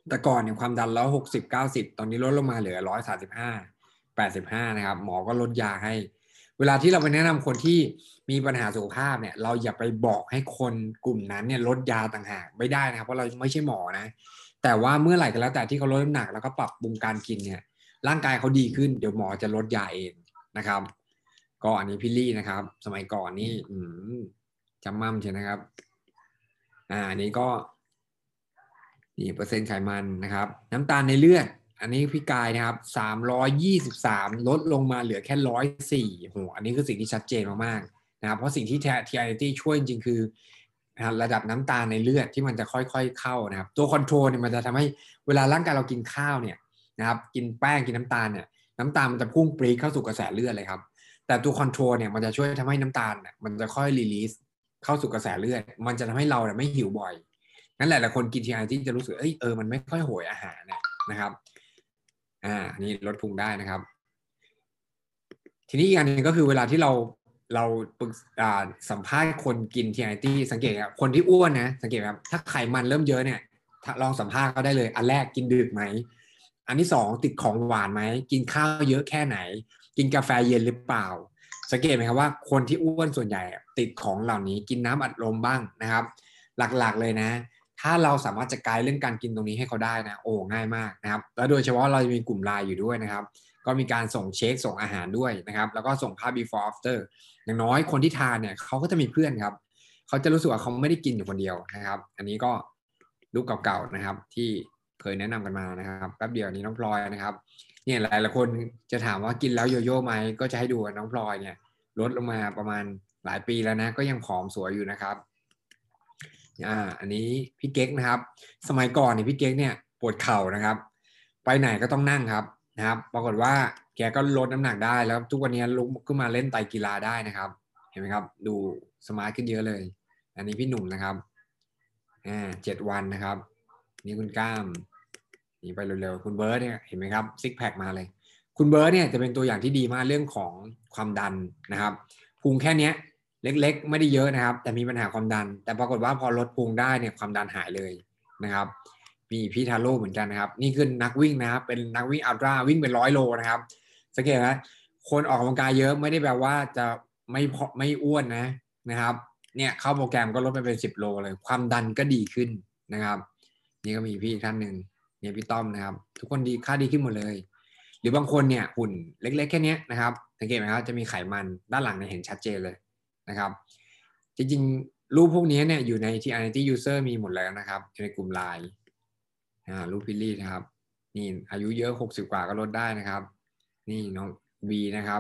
แต่ก่อนเนี่ยความดันร้อยหกสิบ เก้าสิบตอนนี้ลดลงมาเหลือร้อยสามสิบห้า แปดสิบห้านะครับหมอก็ลดยาให้เวลาที่เราไปแนะนำคนที่มีปัญหาสุขภาพเนี่ยเราอย่าไปบอกให้คนกลุ่มนั้นเนี่ยลดยาต่างหากไม่ได้นะครับเพราะเราไม่ใช่หมอนะแต่ว่าเมื่อไหร่ก็แล้วแต่ที่เขาลดน้ำหนักแล้วก็ปรับปรุงการกินเนี่ยร่างกายเขาดีขึ้นเดี๋ยวหมอจะลดยาเองนะครับก็อันนี้พี่ลี่นะครับสมัยก่อนนี่อืมจำมั่มใช่นะครับอ่าอันนี้ก็นี่เปอร์เซ็นต์ไขมันนะครับน้ำตาลในเลือดอันนี้พี่กายนะครับสามร้อยยี่สิบสามลดลงมาเหลือแค่หนึ่งร้อยสี่โหอันนี้คือสิ่งที่ชัดเจนมากๆนะครับเพราะสิ่งที่ ที ไอ ที ช่วยจริงๆคือระดับน้ำตาลในเลือดที่มันจะค่อยๆเข้านะครับตัวคอนโทรลเนี่ยมันจะทำให้เวลาร่างกายเรากินข้าวเนี่ยนะครับกินแป้งกินน้ำตาลเนี่ยน้ำตาลมันจะพุ่งปรี๊ดเข้าสู่กระแสเลือดเลยครับแต่ตัวคอนโทรลเนี่ยมันจะช่วยทำให้น้ำตาลเนี่ยมันจะค่อยรีลีสเข้าสู่กระแสเลือดมันจะทำให้เราเนี่ยไม่หิวบ่อยนั่นแหละหลายคนกิน ที ไอ ที จะรู้สึกเอ้ยเออมันไม่ค่อยโหยอาหารเนี่ยนะครับอ่านี่ลดพุงได้นะครับทีนี้อีกอันนึงก็คือเวลาที่เราเราสัมภาษณ์คนกิน ที ไอ ที สังเกตครับคนที่อ้วนนะสังเกตครับถ้าไขมันเริ่มเยอะเนี่ยลองสัมภาษณ์เขาได้เลยอันแรกกินดึกไหมอันที่สองติดของหวานไหมกินข้าวเยอะแค่ไหนกินกาแฟเย็นหรือเปล่าสังเกตไหมครับว่าคนที่อ้วนส่วนใหญ่ติดของเหล่านี้กินน้ำอัดลมบ้างนะครับหลักๆเลยนะถ้าเราสามารถจะไกด์เรื่องการกินตรงนี้ให้เขาได้นะโอ้ง่ายมากนะครับแล้วโดยเฉพาะเราจะมีกลุ่มไลน์อยู่ด้วยนะครับก็มีการส่งเช็คส่งอาหารด้วยนะครับแล้วก็ส่งภาพ before after อย่างน้อยคนที่ทานเนี่ยเขาก็จะมีเพื่อนครับเขาจะรู้สึกว่าเขาไม่ได้กินอยู่คนเดียวนะครับอันนี้ก็รูปเก่าๆนะครับที่เคยแนะนำกันมานะครับแป๊บเดียวนี้น้องพลอยนะครับเนี่ยหลายหลายคนจะถามว่ากินแล้วโยโย่ไหมก็จะให้ดูน้องพลอยเนี่ยลดลงมาประมาณหลายปีแล้วนะก็ยังผอมสวยอยู่นะครับอ่าอันนี้พี่เก๊กนะครับสมัยก่อนเนี่ยพี่เก๊กเนี่ยปวดเข่านะครับไปไหนก็ต้องนั่งครับนะครับปรากฏว่าแกก็ลดน้ำหนักได้แล้วทุกวันนี้ลุกขึ้นมาเล่นไตรกีฬาได้นะครับเห็นไหมครับดูสมาร์ทขึ้นเยอะเลยอันนี้พี่หนุ่มนะครับอ่าเจ็ดวันนะครับนี่คุณก้ามนี่ไปเร็วๆคุณเบิร์ดเนี่ยเห็นไหมครับซิกแพคมาเลยคุณเบิร์ดเนี่ยจะเป็นตัวอย่างที่ดีมากเรื่องของความดันนะครับพุงแค่นี้เล็กๆไม่ได้เยอะนะครับแต่มีปัญหาความดันแต่ปรากฏว่าพอลดพุงได้เนี่ยความดันหายเลยนะครับมีพี่ทาโร่เหมือนกันนะครับนี่คือนักวิ่งนะครับเป็นนักวิ่งอัลตร้าวิ่งเป็นร้อยโลนะครับสังเกตไหมคนออกกำลังกายเยอะไม่ได้แปลว่าจะไม่ไม่อ้วนนะนะครับเนี่ยเข้าโปรแกรมก็ลดไปเป็นสิบโลเลยความดันก็ดีขึ้นนะครับนี่ก็มีพี่ท่านหนึ่งเนี่ยพี่ต้อมนะครับทุกคนดีค่าดีขึ้นหมดเลยหรือบางคนเนี่ยหุ่นเล็กๆแค่นี้นะครับสังเกตไหมครับจะมีไขมันด้านหลังเนี่ยเห็นชัดเจนเลยนะครับจริงๆรูปพวกนี้เนี่ยอยู่ใน ที ไอ ที User มีหมดแล้วนะครับในกลุ่มไลน์อ่ารูปพิลลี่นะครับนี่อายุเยอะหกสิบกว่าก็ลดได้นะครับนี่น้องวีนะครับ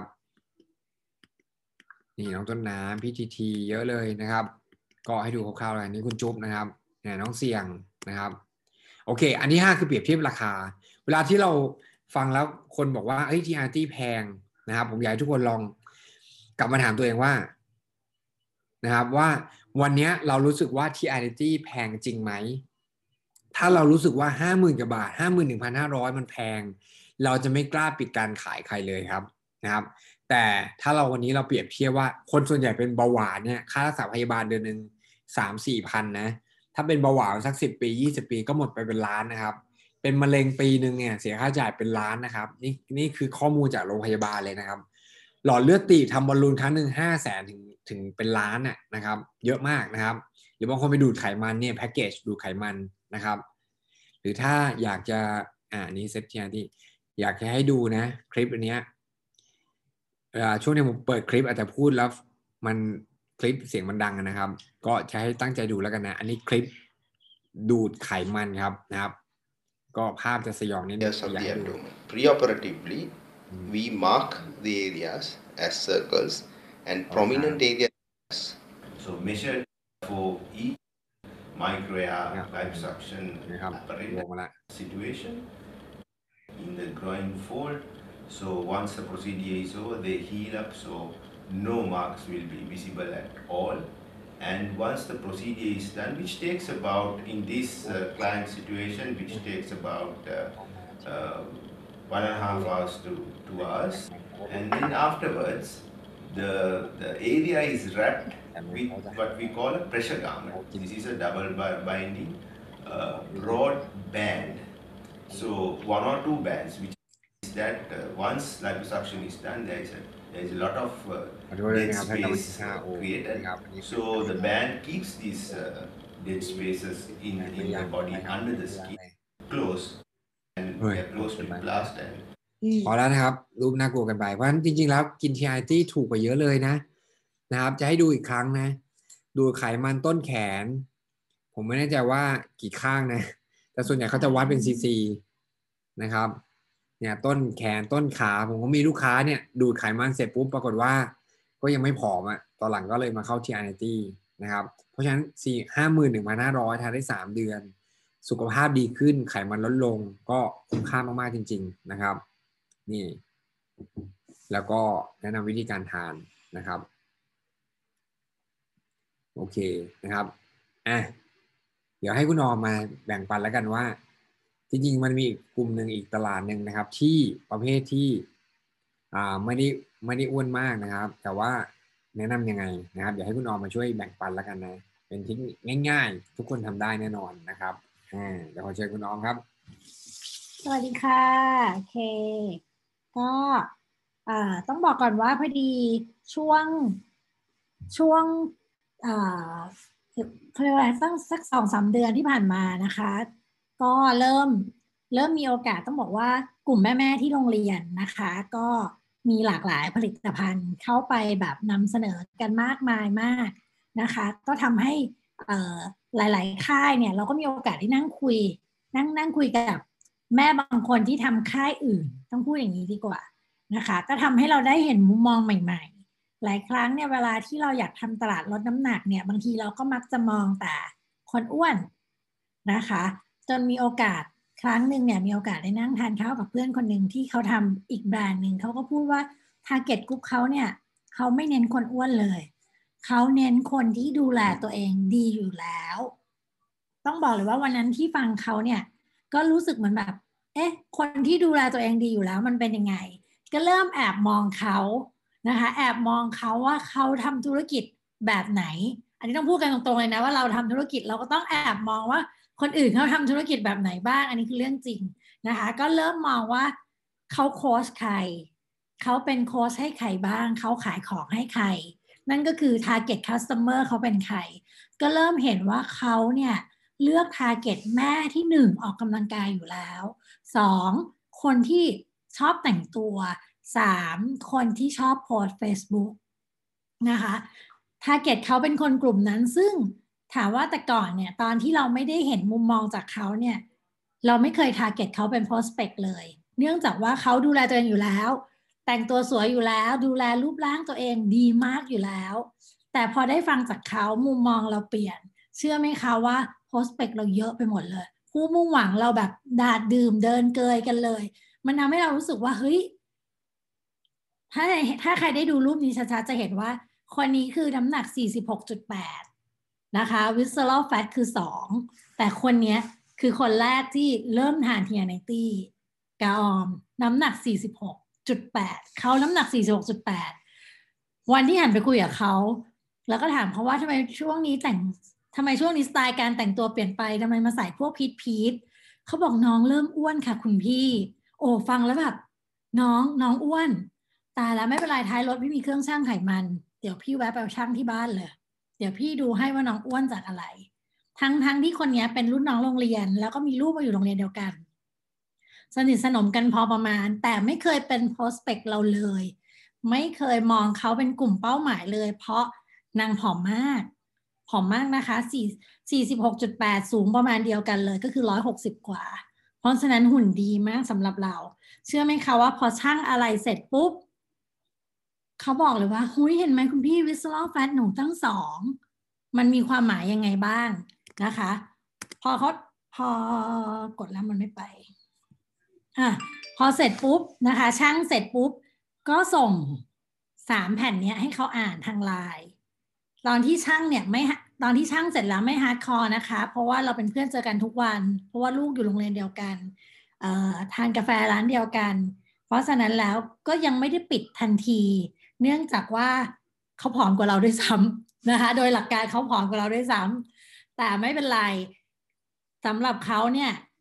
นี่น้องต้นน้ำพี่ทีทีเยอะเลยนะครับก็ให้ดูคร่าวๆเลยนี่คุณจุ๊บนะครับเนี่ยน้องเสี่ยงนะครับโอเคอันที่ห้าคือเปรียบเทียบราคาเวลาที่เราฟังแล้วคนบอกว่าเฮ้ย ที ไอ ที แพงนะครับผมอยากให้ทุกคนลองกลับมาถามตัวเองว่านะครับว่าวันนี้เรารู้สึกว่า ที ไอ ที แพงจริงไหมถ้าเรารู้สึกว่า ห้าหมื่น กว่าบาท ห้าหมื่นหนึ่งพันห้าร้อย มันแพงเราจะไม่กล้าปิดการขายใครเลยครับนะครับแต่ถ้าเราวันนี้เราเปรียบเทียบว่าคนส่วนใหญ่เป็นเบาหวานเนี่ยค่ารักษาพยาบาลเดือนหนึ่ง สามสี่พันนะถ้าเป็นเบาหวานสักสิบปียี่สิบปีก็หมดไปเป็นล้านนะครับเป็นมะเร็งปีหนึ่งเนี่ยเสียค่าใช้จ่ายเป็นล้านนะครับนี่นี่คือข้อมูลจากโรงพยาบาลเลยนะครับหลอดเลือดตีบทำบอลลูนครั้งหนึ่งห้าแสนถึงถึงเป็นล้านน่ะนะครับเยอะมากนะครับหรือบางคนไปดูดไขมันเนี่ยแพ็กเกจดูดไขมันนะครับหรือถ้าอยากจะอ่านี้เซตที่ที่อยากจะให้ดูนะคลิปอันเนี้ยช่วงนี้ผมเปิดคลิปอาจจะพูดแล้วมันคลิปเสียงมันดังนะครับก็จะให้ตั้งใจดูแล้วกันนะอันนี้คลิปดูดไขมันครับนะครับก็ภาพจะสยองนิดนึง Preoperatively we mark the areas as circles and prominent areas. So measure for each micro-air liposuction apparatus situation in the groin fold. So once the procedure is over, they heal up, so no marks will be visible at all. And once the procedure is done, which takes about, in this uh, client situation, which takes about uh, uh, one and a half hours to two hours, and then afterwards, the the area is wrapped with what we call a pressure garment. This is a double binding uh, broad band So one or two bands, which is that uh, once liposuction is done, there is a there is a lot of uh, dead space uh, created. So the band keeps these uh, dead spaces in in the body under the skin close and they are close to blast and พอแล้วนะครับรูปน่ากลัวกันไปเพราะฉะนั้นจริงๆแล้วกิน ที อาร์ ที ถูกกว่าเยอะเลยนะนะครับจะให้ดูอีกครั้งนะดูไขมันต้นแขนผมไม่แน่ใจว่ากี่ข้างนะแต่ส่วนใหญ่เขาจะวัดเป็นซีซีนะครับเนี่ยต้นแขนต้นขาผมก็มีลูกค้าเนี่ยดูดไขมันเสร็จปุ๊บปรากฏว่าก็ยังไม่ผอมอ่ะตอนหลังก็เลยมาเข้า ที อาร์ ที นะครับเพราะฉะนั้นสี่ห้าหมื่นหนึ่งพันห้าร้อยทานได้สามเดือนสุขภาพดีขึ้นไขมันลดลงก็คุ้มค่ามากๆจริงๆนะครับนี่แล้วก็แนะนำวิธีการทานนะครับโอเคนะครับอ่ะเดี๋ยวให้คุณออมมาแบ่งปันแล้วกันว่าจริงๆมันมีกลุ่มหนึ่งอีกตลาดหนึ่งนะครับที่ประเภทที่อ่าไม่ได้ไม่ได้อ้วนมากนะครับแต่ว่าแนะนำยังไงนะครับเดี๋ยวให้คุณออมมาช่วยแบ่งปันแล้วกันนะเป็นเทคนิคง่ายๆทุกคนทำได้แน่นอนนะครับอ่าเดี๋ยวขอเชิญคุณออมครับสวัสดีค่ะโอเคก็อ่าต้องบอกก่อนว่าพอดีช่วงช่วงอ่าเขาเรียกว่าตั้งสักสองสามเดือนที่ผ่านมานะคะก็เริ่มเริ่มมีโอกาสต้องบอกว่ากลุ่มแม่ๆที่โรงเรียนนะคะก็มีหลากหลายผลิตภัณฑ์เข้าไปแบบนำเสนอกันมากมายมากนะคะก็ทำให้หลายๆค่ายเนี่ยเราก็มีโอกาสที่นั่งคุยนั่งนั่งคุยกับแม่บางคนที่ทำค่ายอื่นต้องพูดอย่างนี้ดีกว่านะคะก็ทำให้เราได้เห็นมุมมองใหม่ๆหลายครั้งเนี่ยเวลาที่เราอยากทำตลาดลดน้ำหนักเนี่ยบางทีเราก็มักจะมองแต่คนอ้วนนะคะจนมีโอกาสครั้งหนึ่งเนี่ยมีโอกาสได้นั่งทานข้าวกับเพื่อนคนหนึ่งที่เขาทำอีกแบรนด์หนึ่งเขาก็พูดว่า target group เขาเนี่ยเขาไม่เน้นคนอ้วนเลยเขาเน้นคนที่ดูแลตัวเองดีอยู่แล้วต้องบอกเลยว่าวันนั้นที่ฟังเขาเนี่ยก็รู้สึกเหมือนแบบเอ๊ะคนที่ดูแลตัวเองดีอยู่แล้วมันเป็นยังไงก็เริ่มแอบมองเขานะคะแอบมองเขาว่าเขาทำธุรกิจแบบไหนอันนี้ต้องพูดกันตรงๆเลยนะว่าเราทำธุรกิจเราก็ต้องแอบมองว่าคนอื่นเขาทำธุรกิจแบบไหนบ้างอันนี้คือเรื่องจริงนะคะก็เริ่มมองว่าเขาโค้ชใครเขาเป็นโค้ชให้ใครบ้างเขาขายของให้ใครนั่นก็คือ target customer เขาเป็นใครก็เริ่มเห็นว่าเขาเนี่ยเลือก target แม่ที่หนึ่งออกกำลังกายอยู่แล้วสองคนที่ชอบแต่งตัวสามคนที่ชอบโพสต์ Facebook นะคะ target เขาเป็นคนกลุ่มนั้นซึ่งถามว่าแต่ก่อนเนี่ยตอนที่เราไม่ได้เห็นมุมมองจากเขาเนี่ยเราไม่เคย target เขาเป็น prospect เลยเนื่องจากว่าเขาดูแลตัวเองอยู่แล้วแต่งตัวสวยอยู่แล้วดูแลรูปร่างตัวเองดีมากอยู่แล้วแต่พอได้ฟังจากเขามุมมองเราเปลี่ยนเชื่อไหมคะว่า prospect เราเยอะไปหมดเลยผู้มุ่งหวังเราแบบดาดดื่มเดินเกยกันเลยมันทำให้เรารู้สึกว่าเฮ้ยถ้าถ้าใครได้ดูรูปนี้ชัดๆจะเห็นว่าคนนี้คือน้ำหนัก สี่สิบหกจุดแปด นะคะ visceral fat คือสองแต่คนนี้คือคนแรกที่เริ่มทานเทียไนตี้กาออมน้ำหนัก สี่สิบหกจุดแปด เขาน้ำหนัก สี่สิบหกจุดแปด วันที่หันไปคุยกับเขาแล้วก็ถามเขาว่าทำไมช่วงนี้แต่งทำไมช่วงนี้สไตล์การแต่งตัวเปลี่ยนไปทำไมมาใส่พวกพีทพีทเขาบอกน้องเริ่มอ้วนค่ะคุณพี่โอ้ฟังแล้วแบบน้องน้องอ้วนตายแล้วไม่เป็นไรท้ายรถไม่มีเครื่องชั่งไขมันเดี๋ยวพี่แวะไปชั่งที่บ้านเลยเดี๋ยวพี่ดูให้ว่าน้องอ้วนจากอะไรทั้งทั้งที่คนนี้เป็นรุ่นน้องโรงเรียนแล้วก็มีลูกมาอยู่โรงเรียนเดียวกันสนิทสนมกันพอประมาณแต่ไม่เคยเป็น prospect เราเลยไม่เคยมองเขาเป็นกลุ่มเป้าหมายเลยเพราะนางผอมมากผอมมากนะคะสี่สิบหกจุดแปดสูงประมาณเดียวกันเลยก็คือหนึ่งร้อยหกสิบกว่าเพราะฉะนั้นหุ่นดีมากสำหรับเราเชื่อไหมคะว่าพอชั่งอะไรเสร็จปุ๊บเขาบอกเลยว่าหุ้ยเห็นไหมคุณพี่ visceral fat หนูตั้งสองมันมีความหมายยังไงบ้างนะคะพอเขาพอกดแล้วมันไม่ไปอ่ะพอเสร็จปุ๊บนะคะช่างเสร็จปุ๊บก็ส่งสามแผ่นนี้ให้เขาอ่านทางไลน์ตอนที่ช่างเนี่ยไม่ตอนที่ช่างเสร็จแล้วไม่ฮาร์ดคอร์นะคะเพราะว่าเราเป็นเพื่อนเจอกันทุกวันเพราะว่าลูกอยู่โรงเรียนเดียวกันเอ่อทานกาแฟร้านเดียวกันเพราะฉะนั้นแล้วก็ยังไม่ได้ปิดทันทีเนื่องจากว่าเขาผอมกว่าเราด้วยซ้ำนะคะโดยหลักการเขาผอมกว่าเราด้วยซ้ำแต่ไม่เป็นไรสำหรับเขาเนี่ย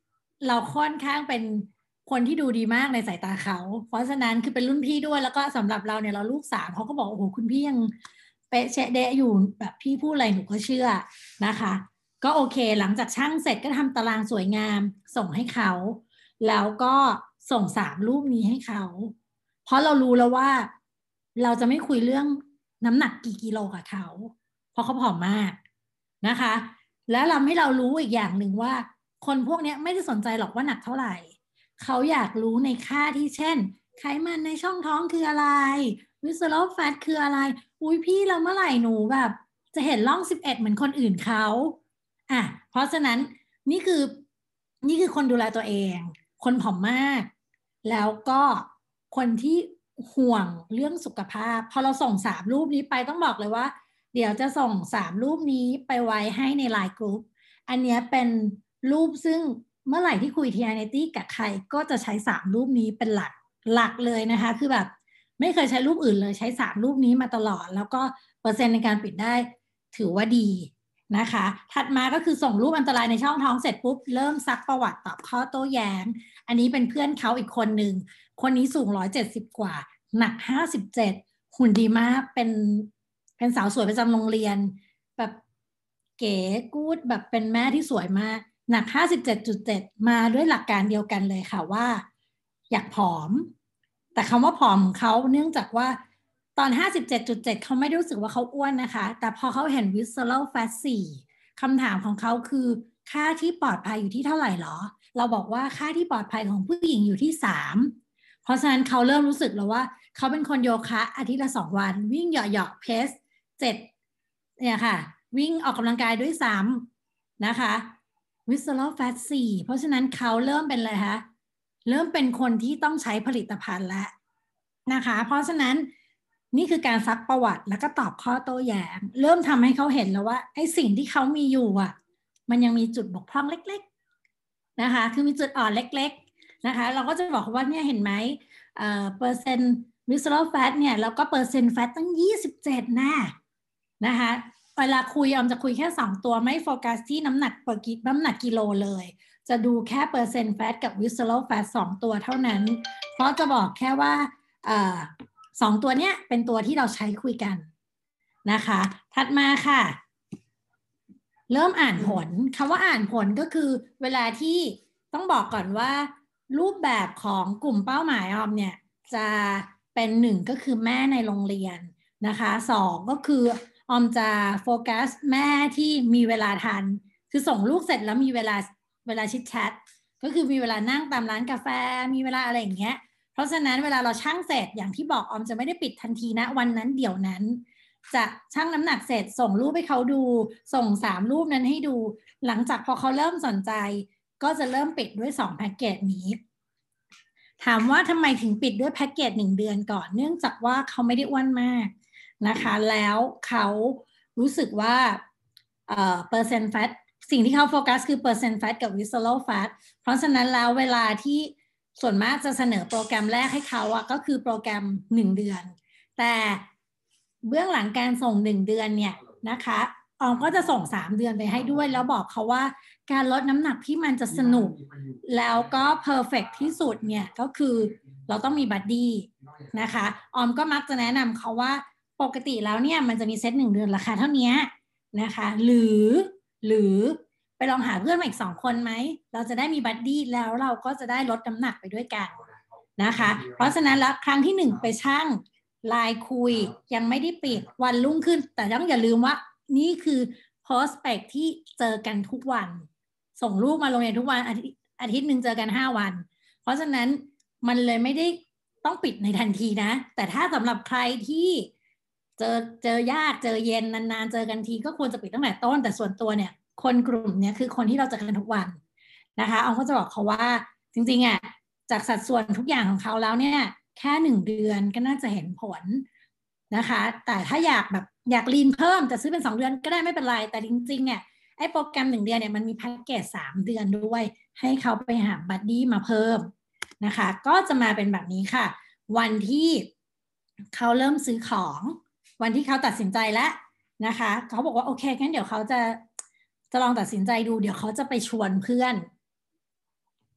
เราค่อนข้างเป็นคนที่ดูดีมากในสายตาเขาเพราะฉะนั้นคือเป็นรุ่นพี่ด้วยแล้วก็สำหรับเราเนี่ยเราลูกสามเขาก็บอกโอ้โหคุณพี่ยังเป๊ะเชะเดะอยู่แบบพี่พูดอะไรหนูก็เชื่อนะคะก็โอเคหลังจากช่างเสร็จก็ทำตารางสวยงามส่งให้เขาแล้วก็ส่งสามรูปนี้ให้เขาเพราะเรารู้แล้วว่าเราจะไม่คุยเรื่องน้ำหนักกี่กิโลกับเขาเพราะเขาผอมมากนะคะแล้วทำให้เรารู้อีกอย่างหนึ่งว่าคนพวกนี้ไม่ได้สนใจหรอกว่าหนักเท่าไหร่เขาอยากรู้ในค่าที่เช่นไขมันในช่องท้องคืออะไรวิสเซอรัลแฟตคืออะไรอุ้ยพี่เราเมื่อไหร่หนูแบบจะเห็นร่องสิบเอ็ดเหมือนคนอื่นเขาอ่ะเพราะฉะนั้นนี่คือนี่คือคนดูแลตัวเองคนผอมมากแล้วก็คนที่ห่วงเรื่องสุขภาพพอเราส่งสามรูปนี้ไปต้องบอกเลยว่าเดี๋ยวจะส่งสามรูปนี้ไปไว้ให้ใน ไลน์ Group อันนี้เป็นรูปซึ่งเมื่อไหร่ที่คุย ที ไอ เอ็น ที กับใครก็จะใช้สามรูปนี้เป็นหลักหลักเลยนะคะคือแบบไม่เคยใช้รูปอื่นเลยใช้สามรูปนี้มาตลอดแล้วก็เปอร์เซ็นต์ในการปิดได้ถือว่าดีนะคะถัดมาก็คือส่งรูปอันตรายในช่องท้องเสร็จปุ๊บเริ่มซักประวัติตอบข้อโต้แย้งอันนี้เป็นเพื่อนเขาอีกคนหนึ่งคนนี้สูงหนึ่งร้อยเจ็ดสิบกว่าหนักห้าสิบเจ็ดหุ่นดีมากเป็นเป็นสาวสวยประจำโรงเรียนแบบเก๋กู๊ดแบบเป็นแม่ที่สวยมากหนัก ห้าสิบเจ็ดจุดเจ็ด มาด้วยหลักการเดียวกันเลยค่ะว่าอยากผอมแต่คำว่าผอมของเขาเนื่องจากว่าตอน ห้าสิบเจ็ดจุดเจ็ด เขาไม่รู้สึกว่าเขาอ้วนนะคะแต่พอเขาเห็น visceral fat สี่คำถามของเขาคือค่าที่ปลอดภัยอยู่ที่เท่าไหร่หรอเราบอกว่าค่าที่ปลอดภัยของผู้หญิงอยู่ที่สามเพราะฉะนั้นเขาเริ่มรู้สึกแล้วว่าเขาเป็นคนโยคะอาทิตย์ละสองวันวิ่งเหยาะๆเพสเจ็ดเนี่ยค่ะวิ่งออกกำลังกายด้วยซ้ำนะคะ visceral fat สี่เพราะฉะนั้นเขาเริ่มเป็นอะไรคะเริ่มเป็นคนที่ต้องใช้ผลิตภัณฑ์แล้วนะคะเพราะฉะนั้นนี่คือการซักประวัติแล้วก็ตอบข้อโต้แย้งเริ่มทำให้เขาเห็นแล้วว่าไอ้สิ่งที่เขามีอยู่อ่ะมันยังมีจุดบกพร่องเล็กๆนะคะคือมีจุดอ่อนเล็กๆนะคะเราก็จะบอกว่าเนี่ยเห็นไหมเอ่อเปอร์เซ็นต์ visceral fat เนี่ยแล้วก็เปอร์เซ็นต์ fat ตั้งยี่สิบเจ็ดนะนะคะเวลาคุยออมจะคุยแค่สองตัวไม่โฟกัสที่น้ำหนักเปอร์กิน้ำหนักกิโลเลยจะดูแค่เปอร์เซ็นต์ fat กับ visceral fat สองตัวเท่านั้นเพราะจะบอกแค่ว่าเอ่อสองตัวเนี้ยเป็นตัวที่เราใช้คุยกันนะคะถัดมาค่ะเริ่มอ่านผลคำว่าอ่านผลก็คือเวลาที่ต้องบอกก่อนว่ารูปแบบของกลุ่มเป้าหมายออมเนี่ยจะเป็นหนึ่งก็คือแม่ในโรงเรียนนะคะสองก็คือออมจะโฟกัสแม่ที่มีเวลาทันคือส่งลูกเสร็จแล้วมีเวลาเวลาชิดแชทก็คือมีเวลานั่งตามร้านกาแฟมีเวลาอะไรอย่างเงี้ยเพราะฉะนั้นเวลาเราชั่งเสร็จอย่างที่บอกออมจะไม่ได้ปิดทันทีนะวันนั้นเดี๋ยวนั้นจะชั่งน้ำหนักเสร็จส่งรูปให้เขาดูส่งสามรูปนั้นให้ดูหลังจากพอเขาเริ่มสนใจก็จะเริ่มปิดด้วยสองแพ็กเกจนี้ถามว่าทำไมถึงปิดด้วยแพ็กเกจหนึ่งเดือนก่อนเนื่องจากว่าเขาไม่ได้อ้วนมากนะคะแล้วเขารู้สึกว่าเอ่อเปอร์เซ็นต์แฟตสิ่งที่เขาโฟกัสคือเปอร์เซ็นต์แฟตกับ visceral fat เพราะฉะนั้นแล้วเวลาที่ส่วนมากจะเสนอโปรแกรมแรกให้เขาอะก็คือโปรแกรมหนึ่งเดือนแต่เบื้องหลังการส่งหนึ่งเดือนเนี่ยนะคะออมก็จะส่งสามเดือนไปให้ด้วยแล้วบอกเขาว่าการลดน้ำหนักที่มันจะสนุกแล้วก็เพอร์เฟกต์ที่สุดเนี่ยก็คือเราต้องมีบัดดี้นะคะออมก็มักจะแนะนำเขาว่าปกติแล้วเนี่ยมันจะมีเซตหนึ่งเดือนราคาเท่านี้นะคะหรือหรือไปลองหาเพื่อนมาอีกสองคนไหมเราจะได้มีบัดดี้แล้วเราก็จะได้ลดน้ำหนักไปด้วยกันนะคะเพราะฉะนั้นแล้วครั้งที่หนึ่งไปชั่งไลน์คุยยังไม่ได้ปิดวันรุ่งขึ้นแต่ต้องอย่าลืมว่านี่คือ prospect ที่เจอกันทุกวันส่งลูกมาโรงเรียนทุกวันอาทิตย์อาทิตย์หนึ่งเจอกันห้าวันเพราะฉะนั้นมันเลยไม่ได้ต้องปิดในทันทีนะแต่ถ้าสำหรับใครที่เจอเจอยากเจอเย็นนานๆเจอกันทีก็ควรจะปิดตั้งแต่ต้นแต่ส่วนตัวเนี่ยคนกลุ่มนี้คือคนที่เราเจอกันทุกวันนะคะออมก็จะบอกเขาว่าจริงๆอ่ะจากสัดส่วนทุกอย่างของเขาแล้วเนี่ยแค่หนึ่งเดือนก็น่าจะเห็นผลนะคะแต่ถ้าอยากแบบอยากลีนเพิ่มจะซื้อเป็นสองเดือนก็ได้ไม่เป็นไรแต่จริงๆเนี่ยไอ้โปรแกรมหนึ่งเดือนเนี่ยมันมีแพ็กเกจสามเดือนด้วยให้เขาไปหาบัดดี้มาเพิ่มนะคะก็จะมาเป็นแบบนี้ค่ะวันที่เขาเริ่มซื้อของวันที่เขาตัดสินใจแล้วนะคะเขาบอกว่าโอเคงั้นเดี๋ยวเขาจะจะลองตัดสินใจดูเดี๋ยวเขาจะไปชวนเพื่อน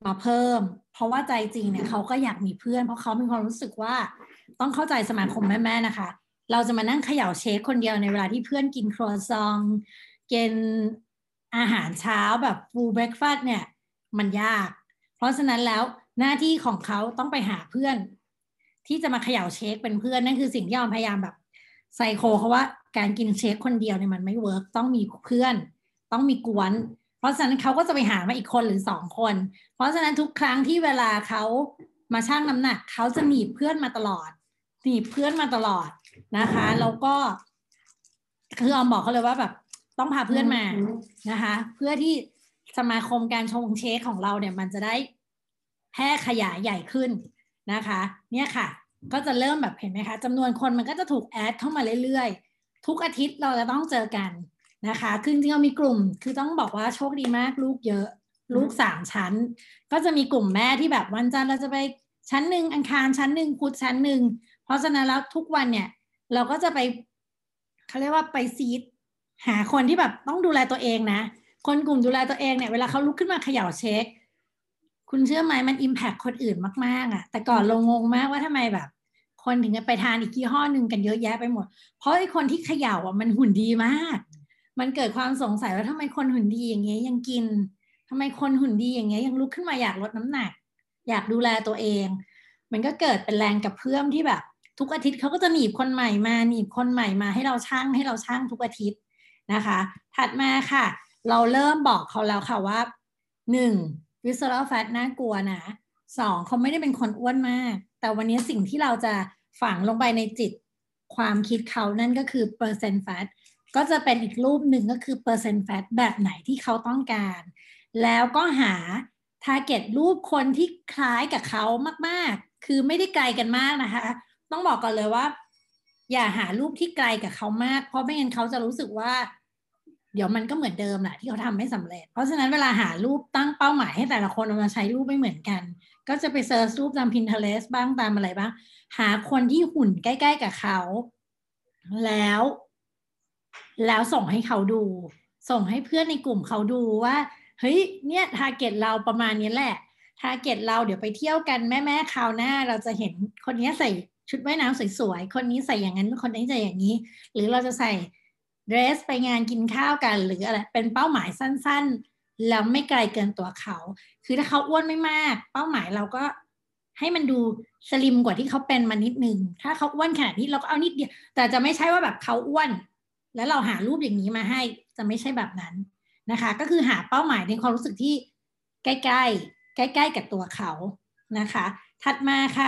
มาเพิ่มเพราะว่าใจจริงเนี่ยเขาก็อยากมีเพื่อนเพราะเขามีความรู้สึกว่าต้องเข้าใจสมาคมแม่ๆนะคะเราจะมานั่งเขย่าเชคคนเดียวในเวลาที่เพื่อนกินครัวซองกินอาหารเช้าแบบฟูลเบรคฟาสต์เนี่ยมันยากเพราะฉะนั้นแล้วหน้าที่ของเขาต้องไปหาเพื่อนที่จะมาเขย่าเชคเป็นเพื่อนนั่นคือสิ่งที่ออมพยายามแบบไซโคเขาว่าการกินเชคคนเดียวเนี่ยมันไม่เวิร์กต้องมีเพื่อนต้องมีกวนเพราะฉะนั้นเขาก็จะไปหามาอีกคนหรือสองคนเพราะฉะนั้นทุกครั้งที่เวลาเขามาชั่งน้ำหนักเขาจะหนีบเพื่อนมาตลอดหนีบเพื่อนมาตลอดนะคะแล้วก็คือออมบอกเขาเลยว่าแบบต้องพาเพื่อนมานะคะเพื่อที่สมาคมการชงเชคของเราเนี่ยมันจะได้แพร่ขยายใหญ่ขึ้นนะคะเนี่ยค่ะก็จะเริ่มแบบเห็นไหมคะจำนวนคนมันก็จะถูกแอดเข้ามาเรื่อยๆทุกอาทิตย์เราจะต้องเจอกันนะคะคือจริงๆเรามีกลุ่มคือต้องบอกว่าโชคดีมากลูกเยอะลูกสามชั้นก็จะมีกลุ่มแม่ที่แบบวันจันทร์เราจะไปชั้นหนึ่งอังคารชั้นหนึ่งพุธชั้นหนึ่งเพราะฉะนั้นแล้วทุกวันเนี่ยเราก็จะไปเขาเรียกว่าไปซีดหาคนที่แบบต้องดูแลตัวเองนะคนกลุ่มดูแลตัวเองเนี่ยเวลาเขาลุกขึ้นมาเขย่าเช็คคุณเชื่อไหมมันอิมแพคคนอื่นมากๆอ่ะแต่ก่อนเรางงมากว่าทำไมแบบคนถึงจะไปทานอีกยี่ห้อหนึ่งกันเยอะแยะไปหมดเพราะไอ้คนที่เขย่าอ่ะมันหุ่นดีมากมันเกิดความสงสัยว่าทำไมคนหุ่นดีอย่างเงี้ยยังกินทำไมคนหุ่นดีอย่างเงี้ยยังลุกขึ้นมาอยากลดน้ำหนักอยากดูแลตัวเองมันก็เกิดเป็นแรงกระเพื่อมที่แบบทุกอาทิตย์เขาก็จะหนีบคนใหม่มาหนีบคนใหม่มาให้เราชั่งให้เราชั่งทุกอาทิตย์นะคะถัดมาค่ะเราเริ่มบอกเขาแล้วค่ะว่าหนึ่ง visceral fat น่ากลัวนะสองเขาไม่ได้เป็นคนอ้วนมากแต่วันนี้สิ่งที่เราจะฝังลงไปในจิตความคิดเขานั่นก็คือ percent fat ก็จะเป็นอีกรูปหนึ่งก็คือ percent fat แบบไหนที่เขาต้องการแล้วก็หา target รูปคนที่คล้ายกับเขามากๆคือไม่ได้ไกลกันมากนะคะต้องบอกก่อนเลยว่าอย่าหารูปที่ไกลกับเขามากเพราะไม่งั้นเขาจะรู้สึกว่าเดี๋ยวมันก็เหมือนเดิมแหละที่เขาทำไม่สำเร็จเพราะฉะนั้นเวลาหารูปตั้งเป้าหมายให้แต่ละคนเอามาใช้รูปไม่เหมือนกันก็จะไปเซิร์ชรูปตาม Pinterest บ้างตามอะไรบ้างหาคนที่หุ่นใกล้ๆกับเขาแล้วแล้วส่งให้เขาดูส่งให้เพื่อนในกลุ่มเขาดูว่าเฮ้ยเนี่ยทาร์เก็ตเราประมาณนี้แหละทาร์เก็ตเราเดี๋ยวไปเที่ยวกันแม่ๆคราวหน้าเราจะเห็นคนนี้ใส่ชุดว่ายน้ำสวยๆคนนี้ใส่อย่างนั้นคนนี้ใส่อย่างนี้หรือเราจะใส่เดรสไปงานกินข้าวกันหรืออะไรเป็นเป้าหมายสั้นๆแล้วไม่ไกลเกินตัวเขาคือถ้าเขาอ้วนไม่มากเป้าหมายเราก็ให้มันดูสลิมกว่าที่เขาเป็นมานิดนึงถ้าเขาอ้วนขนาดนี้เราก็เอานิดเดียวแต่จะไม่ใช่ว่าแบบเขาอ้วนแล้วเราหารูปอย่างนี้มาให้จะไม่ใช่แบบนั้นนะคะก็คือหาเป้าหมายในความรู้สึกที่ใกล้ๆใกล้ๆกับตัวเขานะคะถัดมาค่ะ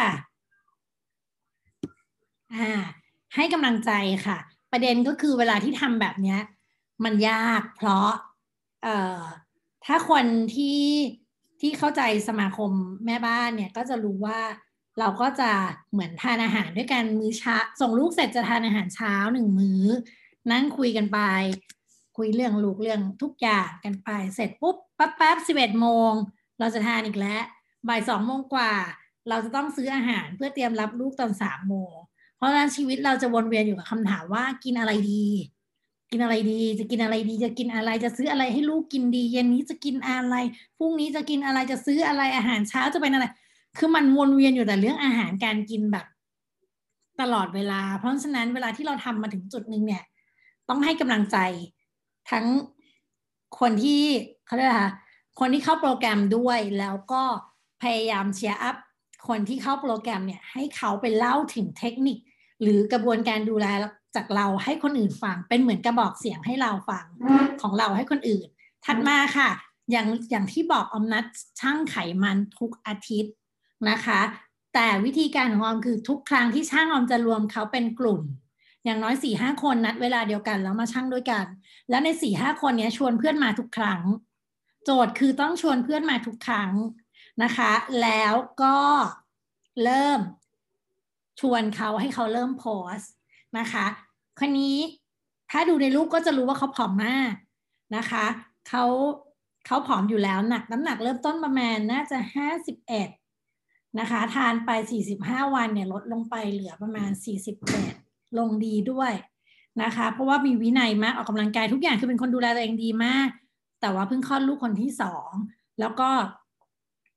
อ่าให้กำลังใจค่ะประเด็นก็คือเวลาที่ทำแบบนี้มันยากเพราะเอ่อถ้าคนที่ที่เข้าใจสมาคมแม่บ้านเนี่ยก็จะรู้ว่าเราก็จะเหมือนทานอาหารด้วยกันมื้อเช้าส่งลูกเสร็จจะทานอาหารเช้าหนึ่งมื้อนั่งคุยกันไปคุยเรื่องลูกเรื่องทุกอย่างกันไปเสร็จปุ๊บปั๊บปั๊บสิบเอ็ดโมงเราจะทานอีกแล้วบ่ายสองโมงกว่าเราจะต้องซื้ออาหารเพื่อเตรียมรับลูกตอนสามโมงเพราะฉะนั้นชีวิตเราจะวนเวียนอยู่กับคำถามว่ากินอะไรดีกินอะไรดีจะกินอะไรดีจะกินอะไรจะซื้ออะไรให้ลูกกินดีเย็นนี้จะกินอะไรพรุ่งนี้จะกินอะไรจะซื้ออะไรอาหารเช้าจะเป็นอะไรคือมันวนเวียนอยู่แต่เรื่องอาหารการกินแบบตลอดเวลาเพราะฉะนั้นเวลาที่เราทำมาถึงจุดนึงเนี่ยต้องให้กำลังใจทั้งคนที่เขาเรียกอะไรคะคนที่เข้าโปรแกรมด้วยแล้วก็พยายามเชียร์อัพคนที่เข้าโปรแกรมเนี่ยให้เขาไปเล่าถึงเทคนิคหรือกระบวนการดูแลจากเราให้คนอื่นฟังเป็นเหมือนกระบอกเสียงให้เราฟังของเราให้คนอื่นถัดมาค่ะอย่างอย่างที่บอกออมนัดชั่งไขมันทุกอาทิตย์นะคะแต่วิธีการของออมคือทุกครั้งที่ชั่งออมจะรวมเขาเป็นกลุ่มอย่างน้อย สี่ห้า คนนัดเวลาเดียวกันแล้วมาชั่งด้วยกันแล้วใน สี่ห้า คนนี้ชวนเพื่อนมาทุกครั้งโจทย์คือต้องชวนเพื่อนมาทุกครั้งนะคะแล้วก็เริ่มชวนเขาให้เขาเริ่มโพสต์นะคะคนนี้ถ้าดูในรูปก็จะรู้ว่าเขาผอมมากนะคะเขาเขาผอมอยู่แล้วหนักน้ำหนักเริ่มต้นประมาณน่าจะห้าสิบเอ็ดนะคะทานไปสี่สิบห้าวันเนี่ยลดลงไปเหลือประมาณสี่สิบแปดลงดีด้วยนะคะเพราะว่ามีวินัยมากออกกำลังกายทุกอย่างคือเป็นคนดูแลตัวเองดีมากแต่ว่าเพิ่งคลอดลูกคนที่สองแล้วก็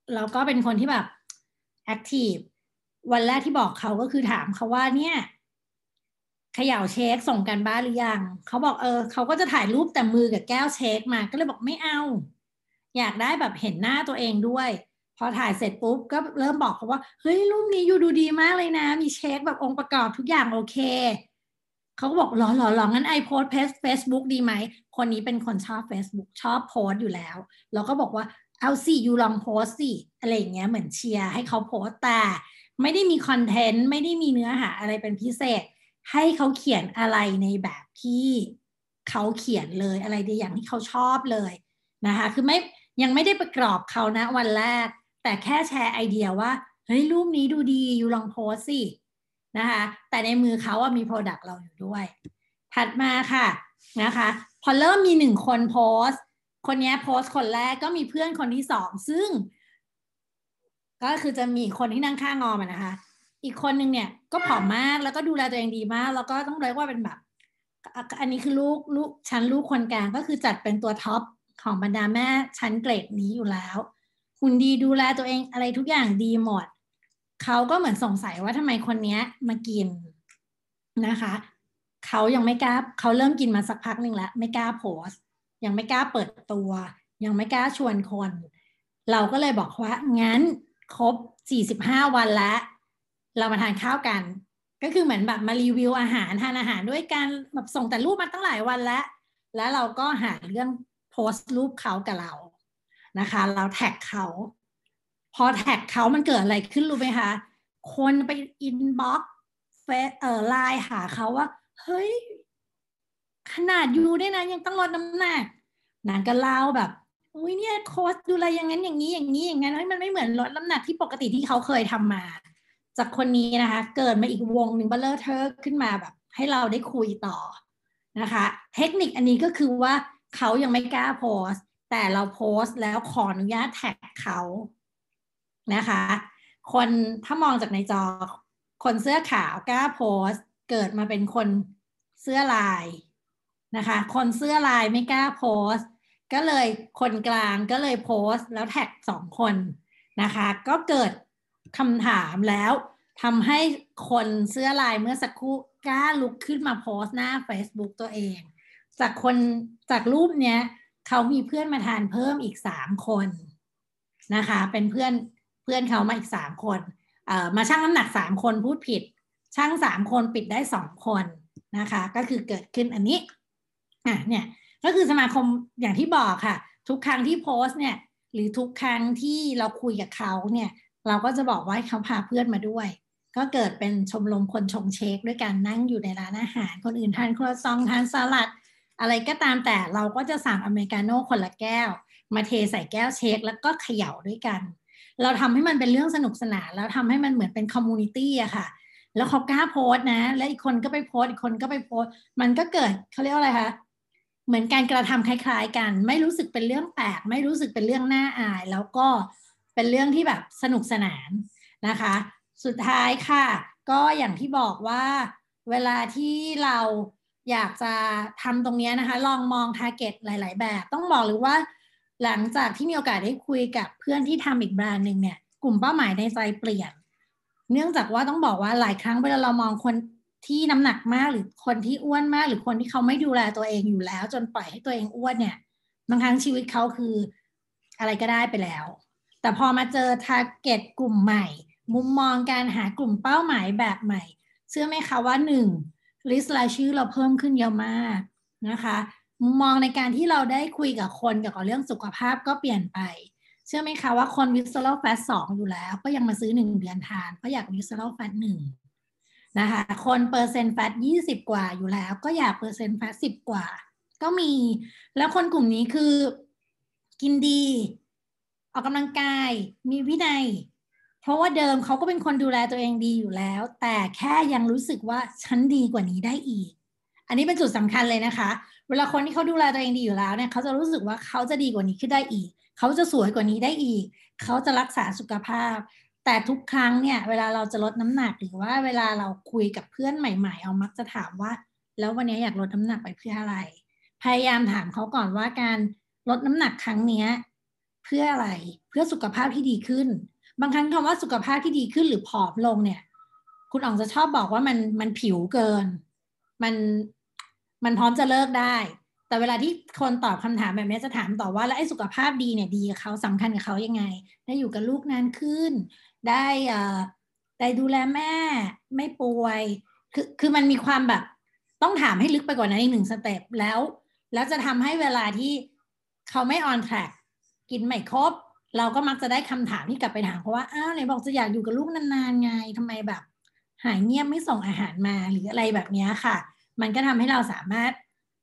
เราก็เป็นคนที่แบบแอคทีฟวันแรกที่บอกเขาก็คือถามเขาว่าเนี่ยเขย่าเช็คส่งกันบ้านหรือยังเขาบอกเออเขาก็จะถ่ายรูปแต่มือกับแก้วเช็คมาก็เลยบอกไม่เอาอยากได้แบบเห็นหน้าตัวเองด้วยพอถ่ายเสร็จปุ๊บก็เริ่มบอกเขาว่าเฮ้ยรูปนี้อยู่ดูดีมากเลยนะมีเช็คแบบองค์ประกอบทุกอย่างโอเคเขาก็บอกหรอหรอหรองั้นไอโพสเพจเฟซบุ๊กดีไหมคนนี้เป็นคนชอบ Facebook ชอบโพสอยู่แล้วเราก็บอกว่าเอาสิยูลองโพสสิอะไรอย่างเงี้ยเหมือนเชียร์ให้เขาโพสแต่ไม่ได้มีคอนเทนต์ไม่ได้มีเนื้อหาอะไรเป็นพิเศษให้เขาเขียนอะไรในแบบที่เขาเขียนเลยอะไรในอย่างที่เขาชอบเลยนะคะคือไม่ยังไม่ได้ประกอบเขานะวันแรกแต่แค่แชร์ไอเดียว่าเฮ้ยรูปนี้ดูดียูลองโพสสินะคะแต่ในมือเขาว่ามี product เราอยู่ด้วยถัดมาค่ะนะคะพอเริ่มมีหนึ่งคนโพสคนนี้โพสคนแรกก็มีเพื่อนคนที่สองซึ่งก็คือจะมีคนที่นั่งข้างงอมันนะคะอีกคนนึงเนี่ยก็ผอมมากแล้วก็ดูแลตัวเองดีมากแล้วก็ต้องเรียกว่าเป็นแบบอันนี้คือลูกลูกชั้นลูกคนกลางก็คือจัดเป็นตัวท็อปของบรรดาแม่ชั้นเกรดนี้อยู่แล้วหุ่นดีดูแลตัวเองอะไรทุกอย่างดีหมดเขาก็เหมือนสงสัยว่าทำไมคนนี้มากินนะคะเขายังไม่กล้าเขาเริ่มกินมาสักพักหนึ่งแล้วไม่กล้าโพสยังไม่กล้าเปิดตัวยังไม่กล้าชวนคนเราก็เลยบอกว่างั้นครบสี่สิบห้าวันแล้วเรามาทานข้าวกันก็คือเหมือนแบบมารีวิวอาหารทานอาหารด้วยกันแบบส่งแต่รูปมาตั้งหลายวันแล้วแล้วเราก็หาเรื่องโพสต์รูปเขากับเรานะคะเราแท็กเขาพอแท็กเขามันเกิดอะไรขึ้นรู้ไหมคะคนไปอินบ็อกซ์เฟซเอ่อไลน์หาเขาว่าเฮ้ยขนาดยูได้นะยังต้องลดน้ำหนักนางก็เล่าแบบอุ้ยเนี่ยโค้ชดูแลอย่างนั้นอย่างนี้อย่างนี้อย่างนั้นเฮ้ยมันไม่เหมือนลดน้ำหนักที่ปกติที่เขาเคยทำมาจากคนนี้นะคะเกิดมาอีกวงหนึ่งเบลเลอร์เทอร์ขึ้นมาแบบให้เราได้คุยต่อนะคะเทคนิคอันนี้ก็คือว่าเขายังไม่กล้าโพสต์แต่เราโพสต์แล้วขออนุญาตแท็กเขานะคะคนถ้ามองจากในจอคนเสื้อขาวกล้าโพสต์เกิดมาเป็นคนเสื้อลายนะคะคนเสื้อลายไม่กล้าโพสต์ก็เลยคนกลางก็เลยโพสต์แล้วแท็กสองคนนะคะก็เกิดคำถามแล้วทำให้คนเสื้อลายเมื่อสักครู่กล้าลุกขึ้นมาโพสต์หน้า Facebook ตัวเองจากคนจากรูปเนี้ยเขามีเพื่อนมาทานเพิ่มอีกสามคนนะคะเป็นเพื่อนเพื่อนเขามาอีกสามคนเอ่อมาชั่งน้ำหนักสามคนพูดผิดชั่งสามคนปิดได้สองคนนะคะก็คือเกิดขึ้นอันนี้อ่ะเนี่ยก็คือสมาคมอย่างที่บอกค่ะทุกครั้งที่โพสต์เนี่ยหรือทุกครั้งที่เราคุยกับเขาเนี่ยเราก็จะบอกว่าเขาพาเพื่อนมาด้วยก็เกิดเป็นชมรมคนชงเช็คด้วยกันนั่งอยู่ในร้านอาหารคนอื่นทานครัวซองทานสลัดอะไรก็ตามแต่เราก็จะสั่งอเมริกาโน่คนละแก้วมาเทใส่แก้วเช็คแล้วก็เขย่าด้วยกันเราทำให้มันเป็นเรื่องสนุกสนานแล้วทำให้มันเหมือนเป็นคอมมูนิตี้อะค่ะแล้วเขากล้าโพสต์นะแล้วอีกคนก็ไปโพสต์อีกคนก็ไปโพสต์มันก็เกิดเขาเรียกว่าอะไรคะเหมือนการกระทำคล้ายๆกันไม่รู้สึกเป็นเรื่องแปลกไม่รู้สึกเป็นเรื่องน่าอายแล้วก็เป็นเรื่องที่แบบสนุกสนานนะคะสุดท้ายค่ะก็อย่างที่บอกว่าเวลาที่เราอยากจะทำตรงนี้นะคะลองมองทาร์เก็ตหลายๆแบบต้องบอกเลยว่าหลังจากที่มีโอกาสได้คุยกับเพื่อนที่ทำอีกแบรนด์หนึ่งเนี่ยกลุ่มเป้าหมายในใจเปลี่ยนเนื่องจากว่าต้องบอกว่าหลายครั้งเวลาเรามองคนที่น้ำหนักมากหรือคนที่อ้วนมากหรือคนที่เขาไม่ดูแลตัวเองอยู่แล้วจนปล่อยให้ตัวเองอ้วนเนี่ยบางครั้งชีวิตเขาคืออะไรก็ได้ไปแล้วแต่พอมาเจอทาร์เก็ตกลุ่มใหม่มุมมองการหากลุ่มเป้าหมายแบบใหม่เชื่อไหมคะว่าหนึ่งลิสต์รายชื่อเราเพิ่มขึ้นเยอะมากนะคะมุมมองในการที่เราได้คุยกับคนเกี่ยวกับเรื่องสุขภาพก็เปลี่ยนไปเชื่อไหมคะว่าคน visceral fat สองอยู่แล้วก็ยังมาซื้อหนึ่งเดือนทานเพราะอยาก visceral fat หนึ่งนะคะคนเปอร์เซ็นต์แฟตยี่สิบกว่าอยู่แล้วก็อยากเปอร์เซ็นต์แฟตสิบกว่าก็มีแล้วคนกลุ่มนี้คือกินดีออกกำลังกายมีวินัยเพราะว่าเดิมเขาก็เป็นคนดูแลตัวเองดีอยู่แล้วแต่แค่ยังรู้สึกว่าฉันดีกว่านี้ได้อีกอันนี้เป็นจุดสำคัญเลยนะคะเวลาคนที่เขาดูแลตัวเองดีอยู่แล้วเนี่ยเขาจะรู้สึกว่าเขาจะดีกว่านี้ขึ้นได้อีกเขาจะสวยกว่านี้ได้อีกเขาจะรักษาสุขภาพแต่ทุกครั้งเนี่ยเวลาเราจะลดน้ำหนักหรือว่าเวลาเราคุยกับเพื่อนใหม่ๆเอามักจะถามว่าแล้ววันนี้อยากลดน้ำหนักไปเพื่ออะไรพยายามถามเขาก่อนว่าการลดน้ำหนักครั้งนี้เพื่ออะไรเพื่อสุขภาพที่ดีขึ้นบางครั้งคำว่าสุขภาพที่ดีขึ้นหรือผอมลงเนี่ยคุณอ๋องจะชอบบอกว่ามันมันผิวเกินมันมันพร้อมจะเลิกได้แต่เวลาที่คนตอบคำถามแบบนี้จะถามต่อว่าแล้วไอ้สุขภาพดีเนี่ยดีกับเขาสำคัญกับเขายังไงได้อยู่กับลูกนานขึ้นได้อ่าได้ดูแลแม่ไม่ป่วยคือคือมันมีความแบบต้องถามให้ลึกไปกว่านั้นอีกหนึ่งสเต็ปแล้วแล้วจะทำให้เวลาที่เขาไม่ on track กินไม่ครบเราก็มักจะได้คำถามที่กลับไปถามเขาว่าอ้าวไหนบอกจะอยากอยู่กับลูกนานๆไงทำไมแบบหายเงียบไม่ส่งอาหารมาหรืออะไรแบบนี้ค่ะมันก็ทำให้เราสามารถ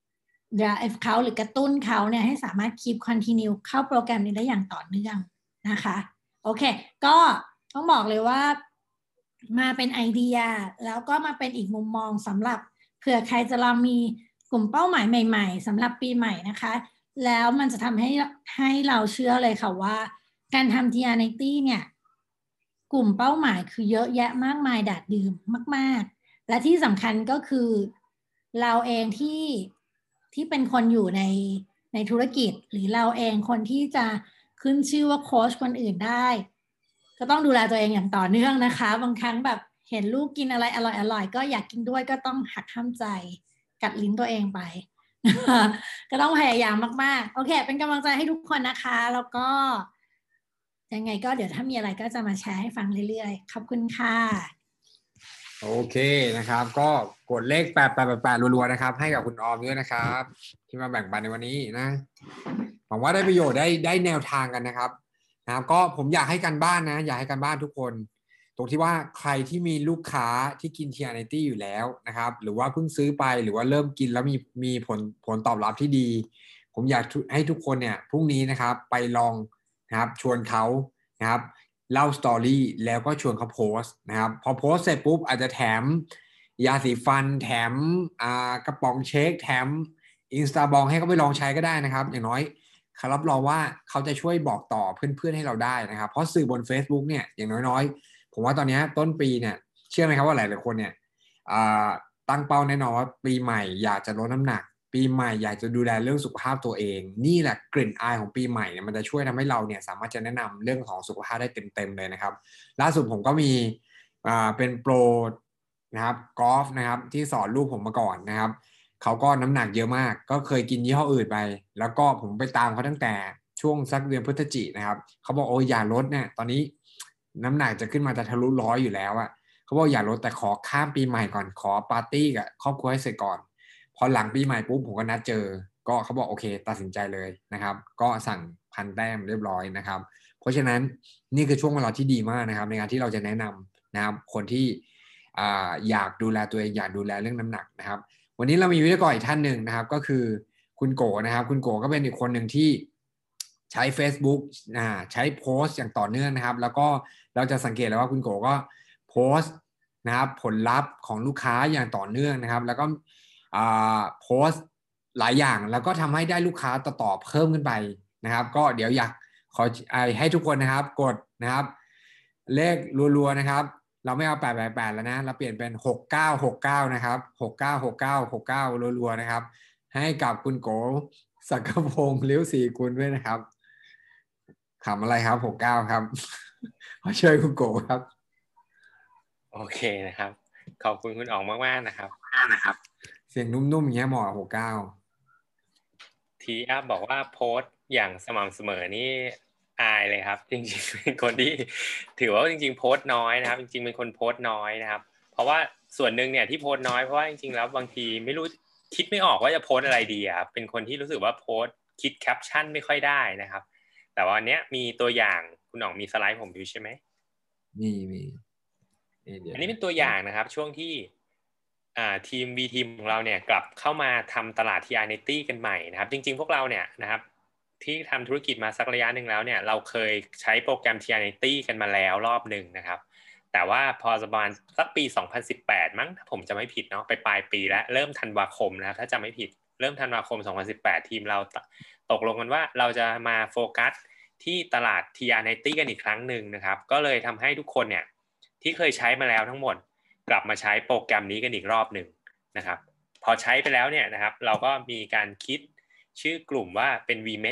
drive เขาหรือกระตุ้นเขาเนี่ยให้สามารถ keep continue เข้าโปรแกรมนี้ได้อย่างต่อเนื่องนะคะโอเคก็ต้องบอกเลยว่ามาเป็นไอเดียแล้วก็มาเป็นอีกมุมมองสำหรับเผื่อใครจะลองมีกลุ่มเป้าหมายใหม่ๆสำหรับปีใหม่นะคะแล้วมันจะทำให้ให้เราเชื่อเลยค่ะว่าการทำ ที อาร์ ไนน์ตี้ เนี่ยกลุ่มเป้าหมายคือเยอะแยะมากมายดาดดื่มมากๆและที่สำคัญก็คือเราเองที่ที่เป็นคนอยู่ในในธุรกิจหรือเราเองคนที่จะขึ้นชื่อว่าโค้ชคนอื่นได้ก็ต้องดูแลตัวเองอย่างต่อเนื่องนะคะบางครั้งแบบเห็นลูกกินอะไรอร่อยๆก็อยากกินด้วยก็ต้องหักห้ามใจกัดลิ้นตัวเองไป ก็ต้องพยายามมากๆโอเคเป็นกำลังใจให้ทุกคนนะคะแล้วก็ยังไงก็เดี๋ยวถ้ามีอะไรก็จะมาแชร์ให้ฟังเรื่อยๆขอบคุณค่ะโอเคนะครับก็กดเลขแปดแปดแปดรัวๆนะครับให้กับคุณออมด้วยนะครับที่มาแบ่งปันในวันนี้นะหวังว่าได้ประโยชน์ได้ได้แนวทางกันนะครับนะครับก็ผมอยากให้กันบ้านนะอยากให้กันบ้านทุกคนตรงที่ว่าใครที่มีลูกค้าที่กิน ที อาร์ ไนน์ตี้ อยู่แล้วนะครับหรือว่าเพิ่งซื้อไปหรือว่าเริ่มกินแล้วมีมีผลผลตอบรับที่ดีผมอยากให้ทุกคนเนี่ยพรุ่งนี้นะครับไปลองนะครับชวนเขานะครับเล่าสตอรี่แล้วก็ชวนเขาโพสต์นะครับพอโพสต์เสร็จปุ๊บอาจจะแถมยาสีฟันแถมอ่ากระป๋องเช็คแถมอินสตาบองให้เขาไปลองใช้ก็ได้นะครับอย่างน้อยเขารับรองว่าเขาจะช่วยบอกต่อเพื่อนๆให้เราได้นะครับเพราะสื่อบน Facebook เนี่ยอย่างน้อยๆผมว่าตอนนี้ต้นปีเนี่ยเชื่อไหมครับว่าหลายๆคนเนี่ยตั้งเป้าแน่นอนว่าปีใหม่อยากจะลดน้ำหนักปีใหม่อยากจะดูแลเรื่องสุขภาพตัวเองนี่แหละกลิ่นอายของปีใหม่เนี่ยมันจะช่วยทำให้เราเนี่ยสามารถจะแนะนำเรื่องของสุขภาพได้เต็มๆเลยนะครับล่าสุดผมก็มีอ่าเป็นโปรนะครับกอล์ฟนะครับที่สอนลูกผมมาก่อนนะครับเขาก็น้ำหนักเยอะมากก็เคยกินยี่ห้ออื่นไปแล้วก็ผมไปตามเขาตั้งแต่ช่วงสักเดือนพฤศจิกายนนะครับเขาบอกโอ้ยอย่าลดเนี่ยตอนนี้น้ำหนักจะขึ้นมาจะทะลุร้อยอยู่แล้วอะเขาบอกอย่าลดแต่ขอข้ามปีใหม่ก่อนขอปาร์ตี้กับครอบครัวให้เสร็จก่อนพอหลังปีใหม่ปุ๊บผมก็นัดเจอก็เขาบอกโอเคตัดสินใจเลยนะครับก็สั่งพันแต้มเรียบร้อยนะครับเพราะฉะนั้นนี่คือช่วงเวลาที่ดีมากนะครับในการที่เราจะแนะนำนะครับคนที่อ่าอยากดูแลตัวเองอยากดูแลเรื่องน้ำหนักนะครับวันนี้เรามีวิทยากรอีกท่านหนึ่งนะครับก็คือคุณโกนะครับคุณโกก็เป็นอีกคนหนึ่งที่ใช้ Facebook อ่าใช้โพสต์อย่างต่อเนื่องนะครับแล้วก็เราจะสังเกตแล้วว่าคุณโกก็โพสต์นะครับผลลัพธ์ของลูกค้าอย่างต่อเนื่องนะครับแล้วก็โพสต์หลายอย่างแล้วก็ทำให้ได้ลูกค้าต่อๆเพิ่มขึ้นไปนะครับก็เดี๋ยวอยากขอให้ทุกคนนะครับกดนะครับเลขรัวๆนะครับเราไม่เอาแปดแปดแปดแล้วนะเราเปลี่ยนเป็นหกเก้าหกเก้านะครับหกเก้าหกเก้าหกเก้ารัวๆนะครับให้กับคุณโกศักพงษ์เลี้ยวศรีกุลด้วยนะครับขำอะไรครับหกเก้าครับขอเชิญคุณโกครับโอเคนะครับขอบคุณคุณอ๋องมากๆนะครับนะครับเสียงนุ่มๆอย่างเงี้ยเหมาะหกเก้าทีอัพบอกว่าโพสต์อย่างสม่ำเสมอนี่อายเลยครับจริงๆเป็นคนที่ถือว่าจริงๆโพสต์น้อยนะครับจริงๆเป็นคนโพสต์น้อยนะครับเพราะว่าส่วนหนึ่งเนี่ยที่โพสต์น้อยเพราะว่าจริงๆแล้วบางทีไม่รู้คิดไม่ออกว่าจะโพสต์อะไรดีครับเป็นคนที่รู้สึกว่าโพสต์คิดแคปชั่นไม่ค่อยได้นะครับแต่วันนี้มีตัวอย่างคุณอ๋องมีสไลด์ผมดูใช่ไหมมีมีอันนี้เป็นตัวอย่างนะครับช่วงที่ทีม V ทีมของเราเนี่ยกลับเข้ามาทำตลาด ที อาร์ ไนน์ตี้ กันใหม่นะครับจริงๆพวกเราเนี่ยนะครับที่ทำธุรกิจมาสักระยะหนึ่งแล้วเนี่ยเราเคยใช้โปรแกรม ที อาร์ ไนน์ตี้ กันมาแล้วรอบหนึ่งนะครับแต่ว่าพอประมาณสักปีสองพันสิบแปดมั้งถ้าผมจะไม่ผิดเนาะไปปลายปีแล้วเริ่มธันวาคมนะถ้าจะไม่ผิดเริ่มธันวาคมสองพันสิบแปดทีมเราตกลงกันว่าเราจะมาโฟกัสที่ตลาด ที อาร์ ไนน์ตี้ กันอีกครั้งหนึ่งนะครับก็เลยทำให้ทุกคนเนี่ยที่เคยใช้มาแล้วทั้งหมดกลับมาใช้โปรแกรมนี้กันอีกรอบหนึ่งนะครับพอใช้ไปแล้วเนี่ยนะครับเราก็มีการคิดชื่อกลุ่มว่าเป็น We Made It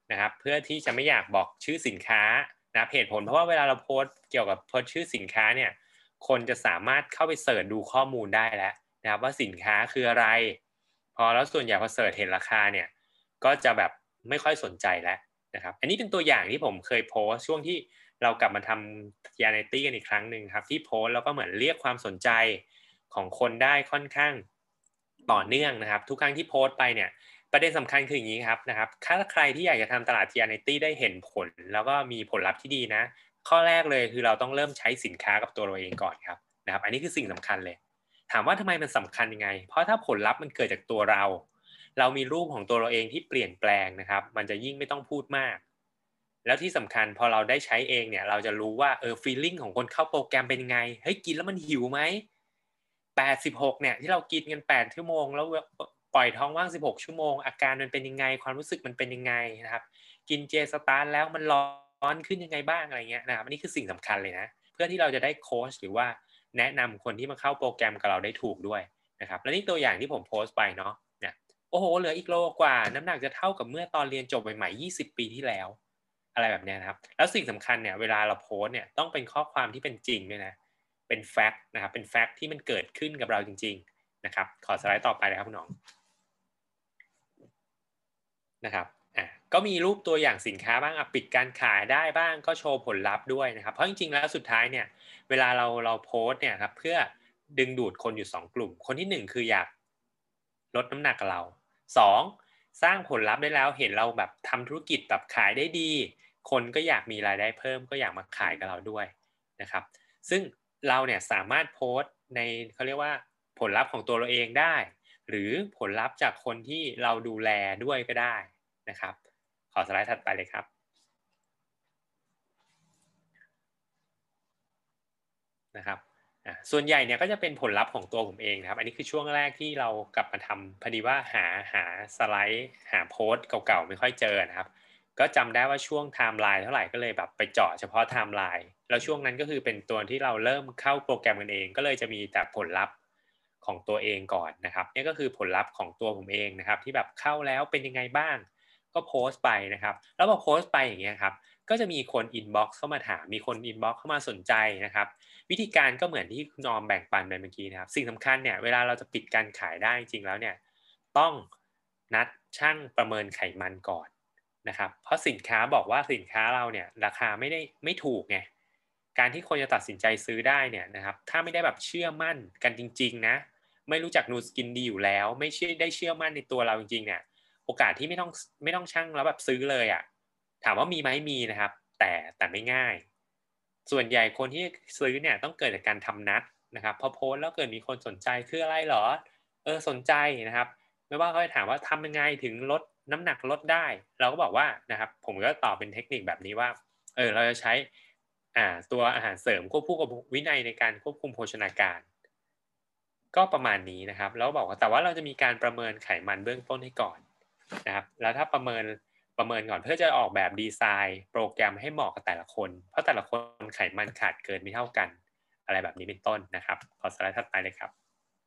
นะครับเพื่อที่จะไม่อยากบอกชื่อสินค้านะเหตุผลเพราะว่าเวลาเราโพสต์เกี่ยวกับโพสต์ชื่อสินค้าเนี่ยคนจะสามารถเข้าไปเสิร์ชดูข้อมูลได้แล้วนะครับว่าสินค้าคืออะไรพอแล้วส่วนใหญ่พอเสิร์ชเห็นราคาเนี่ยก็จะแบบไม่ค่อยสนใจแล้วนะครับอันนี้เป็นตัวอย่างที่ผมเคยโพสต์ช่วงที่เรากลับมาทำ Yanity กันอีกครั้งหนึ่งครับที่โพสต์แล้วก็เหมือนเรียกความสนใจของคนได้ค่อนข้างต่อเนื่องนะครับทุกครั้งที่โพสต์ไปเนี่ยประเด็นสำคัญคืออย่างนี้ครับนะครับถ้าใครที่อยากจะทำตลาด Yanity ได้เห็นผลแล้วก็มีผลลัพธ์ที่ดีนะข้อแรกเลยคือเราต้องเริ่มใช้สินค้ากับตัวเราเองก่อนครับนะครับอันนี้คือสิ่งสำคัญเลยถามว่าทำไมมันสำคัญยังไงเพราะถ้าผลลัพธ์มันเกิดจากตัวเราเรามีรูปของตัวเราเองที่เปลี่ยนแปลงนะครับมันจะยิ่งไม่ต้องพูดมากแล้วที่สำคัญพอเราได้ใช้เองเนี่ยเราจะรู้ว่าเออฟีลลิ่งของคนเข้าโปรแกรมเป็นยังไงเฮ้ยกินแล้วมันหิวไหมแปดสิบหกเนี่ยที่เรากินกันแปดชั่วโมงแล้วปล่อยท้องว่างสิบหกชั่วโมงอาการมันเป็นยังไงความรู้สึกมันเป็นยังไงนะครับกินเจสตาร์ทแล้วมันร้อนขึ้นยังไงบ้างอะไรเงี้ยนะครับอันนี้คือสิ่งสำคัญเลยนะเพื่อที่เราจะได้โค้ชหรือว่าแนะนำคนที่มาเข้าโปรแกรมกับเราได้ถูกด้วยนะครับและนี่ตัวอย่างที่ผมโพสต์ไปเนาะเนี่ยโอ้โหเหลืออีกโลกว่าน้ำหนักจะเท่ากับเมื่อตอนเรียนจบใหม่ๆยี่สิบปีที่แล้วอะไรแบบนี้นะครับแล้วสิ่งสำคัญเนี่ยเวลาเราโพสต์เนี่ยต้องเป็นข้อความที่เป็นจริงด้วยนะเป็นแฟกต์นะครับเป็นแฟกต์ที่มันเกิดขึ้นกับเราจริงๆนะครับขอสไลด์ต่อไปเลยครับคุณน้องนะครับอ่ะก็มีรูปตัวอย่างสินค้าบ้างอ่ะปิดการขายได้บ้างก็โชว์ผลลัพธ์ด้วยนะครับเพราะจริงๆแล้วสุดท้ายเนี่ยเวลาเราเราโพสต์เนี่ยครับเพื่อดึงดูดคนอยู่สองกลุ่มคนที่หนึ่งคืออยากลดน้ำหนักกับเราสองสร้างผลลัพธ์ได้แล้วเห็นเราแบบทำธุรกิจแบบขายได้ดีคนก็อยากมีรายได้เพิ่มก็อยากมาขายกับเราด้วยนะครับซึ่งเราเนี่ยสามารถโพสต์ในเขาเรียกว่าผลลัพธ์ของตัวเราเองได้หรือผลลัพธ์จากคนที่เราดูแลด้วยก็ได้นะครับขอสไลด์ถัดไปเลยครับนะครับส่วนใหญ่เนี่ยก็จะเป็นผลลัพธ์ของตัวผมเองนะครับอันนี้คือช่วงแรกที่เรากลับมาทำพอดีว่าหาหาสไลด์หาโพสต์เก่าๆไม่ค่อยเจอนะครับก็จำได้ว่าช่วงไทม์ไลน์เท่าไหร่ก็เลยแบบไปเจาะเฉพาะไทม์ไลน์แล้วช่วงนั้นก็คือเป็นตัวที่เราเริ่มเข้าโปรแกรมกันเองก็เลยจะมีแต่ผลลัพธ์ของตัวเองก่อนนะครับนี่ก็คือผลลัพธ์ของตัวผมเองนะครับที่แบบเข้าแล้วเป็นยังไงบ้างก็โพสต์ไปนะครับแล้วพอโพสต์ไปอย่างเงี้ยครับก็จะมีคนอินบ็อกซ์เข้ามาถามมีคนอินบ็อกซ์เข้ามาสนใจนะครับวิธีการก็เหมือนที่คุณนอมแบ่งปันไปเมื่อกี้นะครับสิ่งสำคัญเนี่ยเวลาเราจะปิดการขายได้จริงแล้วเนี่ยต้องนัดช่างประเมินไขมันก่อนนะครับเพราะสินค้าบอกว่าสินค้าเราเนี่ยราคาไม่ได้ไม่ถูกไงการที่คนจะตัดสินใจซื้อได้เนี่ยนะครับถ้าไม่ได้แบบเชื่อมั่นกันจริงๆนะไม่รู้จักนูสกินดีอยู่แล้วไม่เชื่อได้เชื่อมั่นในตัวเราจริงๆเนี่ยโอกาสที่ไม่ต้องไม่ต้องช่างแล้วแบบซื้อเลยอ่ะถามว่ามีไหมมีนะครับแต่แต่ไม่ง่ายส่วนใหญ่คนที่ซื้อเนี่ยต้องเกิดจากการทำนัดนะครับพอโพสแล้วเกิดมีคนสนใจคืออะไรเหรอเออสนใจนะครับไม่ว่าเขาจะถามว่าทำยังไงถึงลดน้ำหนักลดได้เราก็บอกว่านะครับผมก็ตอบเป็นเทคนิคแบบนี้ว่าเออเราจะใช้อ่าตัวอาหารเสริมควบคู่กับวินัยในการควบคุมโภชนาการก็ประมาณนี้นะครับแล้วบอกว่าแต่ว่าเราจะมีการประเมินไขมันเบื้องต้นให้ก่อนนะครับแล้วถ้าประเมินประเมินก่อนเพื่อจะออกแบบดีไซน์โปรแกรมให้เหมาะกับแต่ละคนเพราะแต่ละคนไขมันขาดเกินไม่เท่ากันอะไรแบบนี้เป็นต้นนะครับขอสไลด์ถัดไปเลยครับ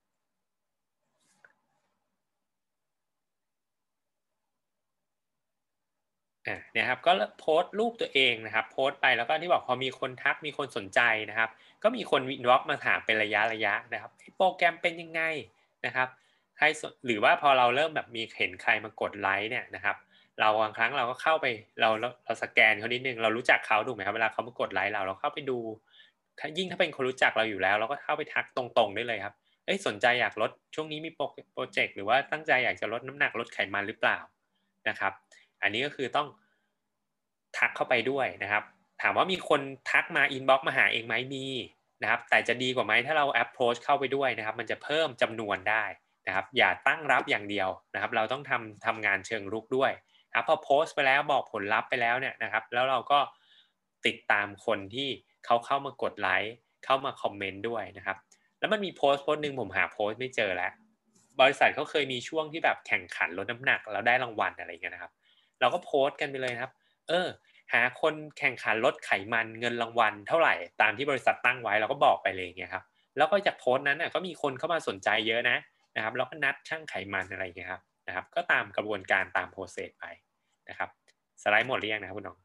อ่าเนี่ยครับก็โพสต์รูปตัวเองนะครับโพสต์ไปแล้วก็ที่บอกพอมีคนทักมีคนสนใจนะครับก็มีคนอินบ็อกซ์มาถามเป็นระยะระยะนะครับโปรแกรมเป็นยังไงนะครับใครหรือว่าพอเราเริ่มแบบมีเห็นใครมากดไลค์เนี่ยนะครับเราบางครั้งเราก็เข้าไปเราเราเราสแกนเขานิดนึงเรารู้จักเขาถูกไหมครับเวลาเขามากดไลค์เราเราเข้าไปดูยิ่งถ้าเป็นคนรู้จักเราอยู่แล้วเราก็เข้าไปทักตรงๆได้เลยครับเอ้ยสนใจอยากลดช่วงนี้มีโปรเจกต์หรือว่าตั้งใจอยากจะลดน้ำหนักลดไขมันหรือเปล่านะครับอันนี้ก็คือต้องทักเข้าไปด้วยนะครับถามว่ามีคนทักมาอินบ็อกซ์มาหาเองไหมมีนะครับแต่จะดีกว่าไหมถ้าเรา approach เข้าไปด้วยนะครับมันจะเพิ่มจำนวนได้นะครับอย่าตั้งรับอย่างเดียวนะครับเราต้องทำทำงานเชิงรุกด้วยครับพอโพสต์ไปแล้วบอกผลลัพธ์ไปแล้วเนี่ยนะครับแล้วเราก็ติดตามคนที่เขาเข้ามากดไลค์เข้ามาคอมเมนต์ด้วยนะครับแล้วมันมีโพสต์โพสต์นึงผมหาโพสต์ไม่เจอแล้วบริษัทเขาเคยมีช่วงที่แบบแข่งขันลดน้ำหนักแล้วได้รางวัลอะไรเงี้ยนะครับเราก็โพสต์กันไปเลยนะครับเออหาคนแข่งขันลดไขมันเงินรางวัลเท่าไหร่ตามที่บริษัทตั้งไว้เราก็บอกไปเลยเงี้ยครับแล้วก็จากโพสต์นั้นน่ะก็มีคนเข้ามาสนใจเยอะนะนะครับแล้วก็นัดช่างไขมันอะไรเงี้ยครับนะครับก็ตามกระบวนการตามโปรเซสไปนะครับสไลด์หมดหรือยังนะครับคุณน้อง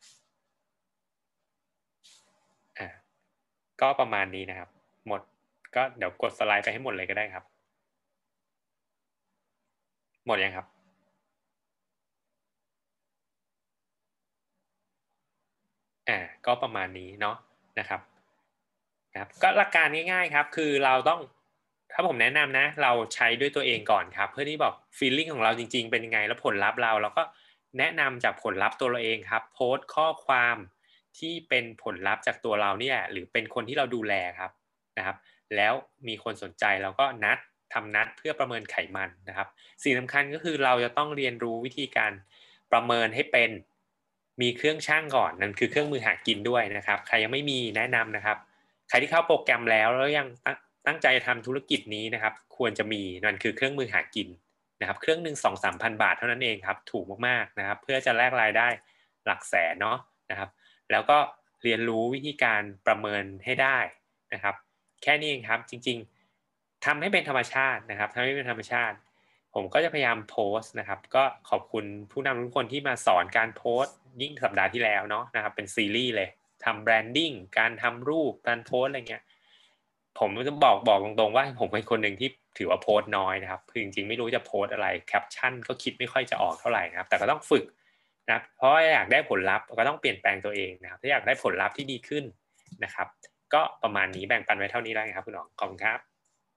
อ่าก็ประมาณนี้นะครับหมดก็เดี๋ยวกดสไลด์ไปให้หมดเลยก็ได้ครับหมดยังครับอ่าก็ประมาณนี้เนาะนะครับนะครับก็หลักการง่ายๆครับคือเราต้องถ้าผมแนะนำนะเราใช้ด้วยตัวเองก่อนครับเพื่อที่บอก feeling ของเราจริงๆเป็นยังไงแล้วผลลัพธ์เราเราก็แนะนำจากผลลัพธ์ตัวเราเองครับโพสต์ข้อความที่เป็นผลลัพธ์จากตัวเราเนี่ยหรือเป็นคนที่เราดูแลครับนะครับแล้วมีคนสนใจเราก็นัดทำนัดเพื่อประเมินไขมันนะครับสิ่งสำคัญก็คือเราจะต้องเรียนรู้วิธีการประเมินให้เป็นมีเครื่องชั่งก่อนนั่นคือเครื่องมือหากินด้วยนะครับใครยังไม่มีแนะนำนะครับใครที่เข้าโปรแกรมแล้วแล้วยังตั้งใจทำธุรกิจนี้นะครับควรจะมีนั่นคือเครื่องมือหากินนะครับเครื่องหนึ่งสองสามพันบาทเท่านั้นเองครับถูกมากๆนะครับเพื่อจะแลกรายได้หลักแสนเนาะนะครับแล้วก็เรียนรู้วิธีการประเมินให้ได้นะครับแค่นี้เองครับจริงๆทำให้เป็นธรรมชาตินะครับทำให้เป็นธรรมชาติผมก็จะพยายามโพสต์นะครับก็ขอบคุณผู้นำทุกคนที่มาสอนการโพสต์ยิ่งสัปดาห์ที่แล้วเนาะนะครับเป็นซีรีส์เลยทำแบรนดิ้งการทำรูปการโพสอะไรเงี้ยผมจะบอกบอกตรงๆว่าผมเป็นคนหนึ่งที่ถือว่าโพสต์น้อยนะครับคือจริงๆไม่รู้จะโพสต์อะไรแคปชั่นก็คิดไม่ค่อยจะออกเท่าไหร่นะครับแต่ก็ต้องฝึกนะครับเพราะอยากได้ผลลัพธ์ก็ต้องเปลี่ยนแปลงตัวเองนะครับถ้าอยากได้ผลลัพธ์ที่ดีขึ้นนะครับก็ประมาณนี้แบ่งปันไว้เท่านี้แล้วครับคุณหนองขอบคุณครับ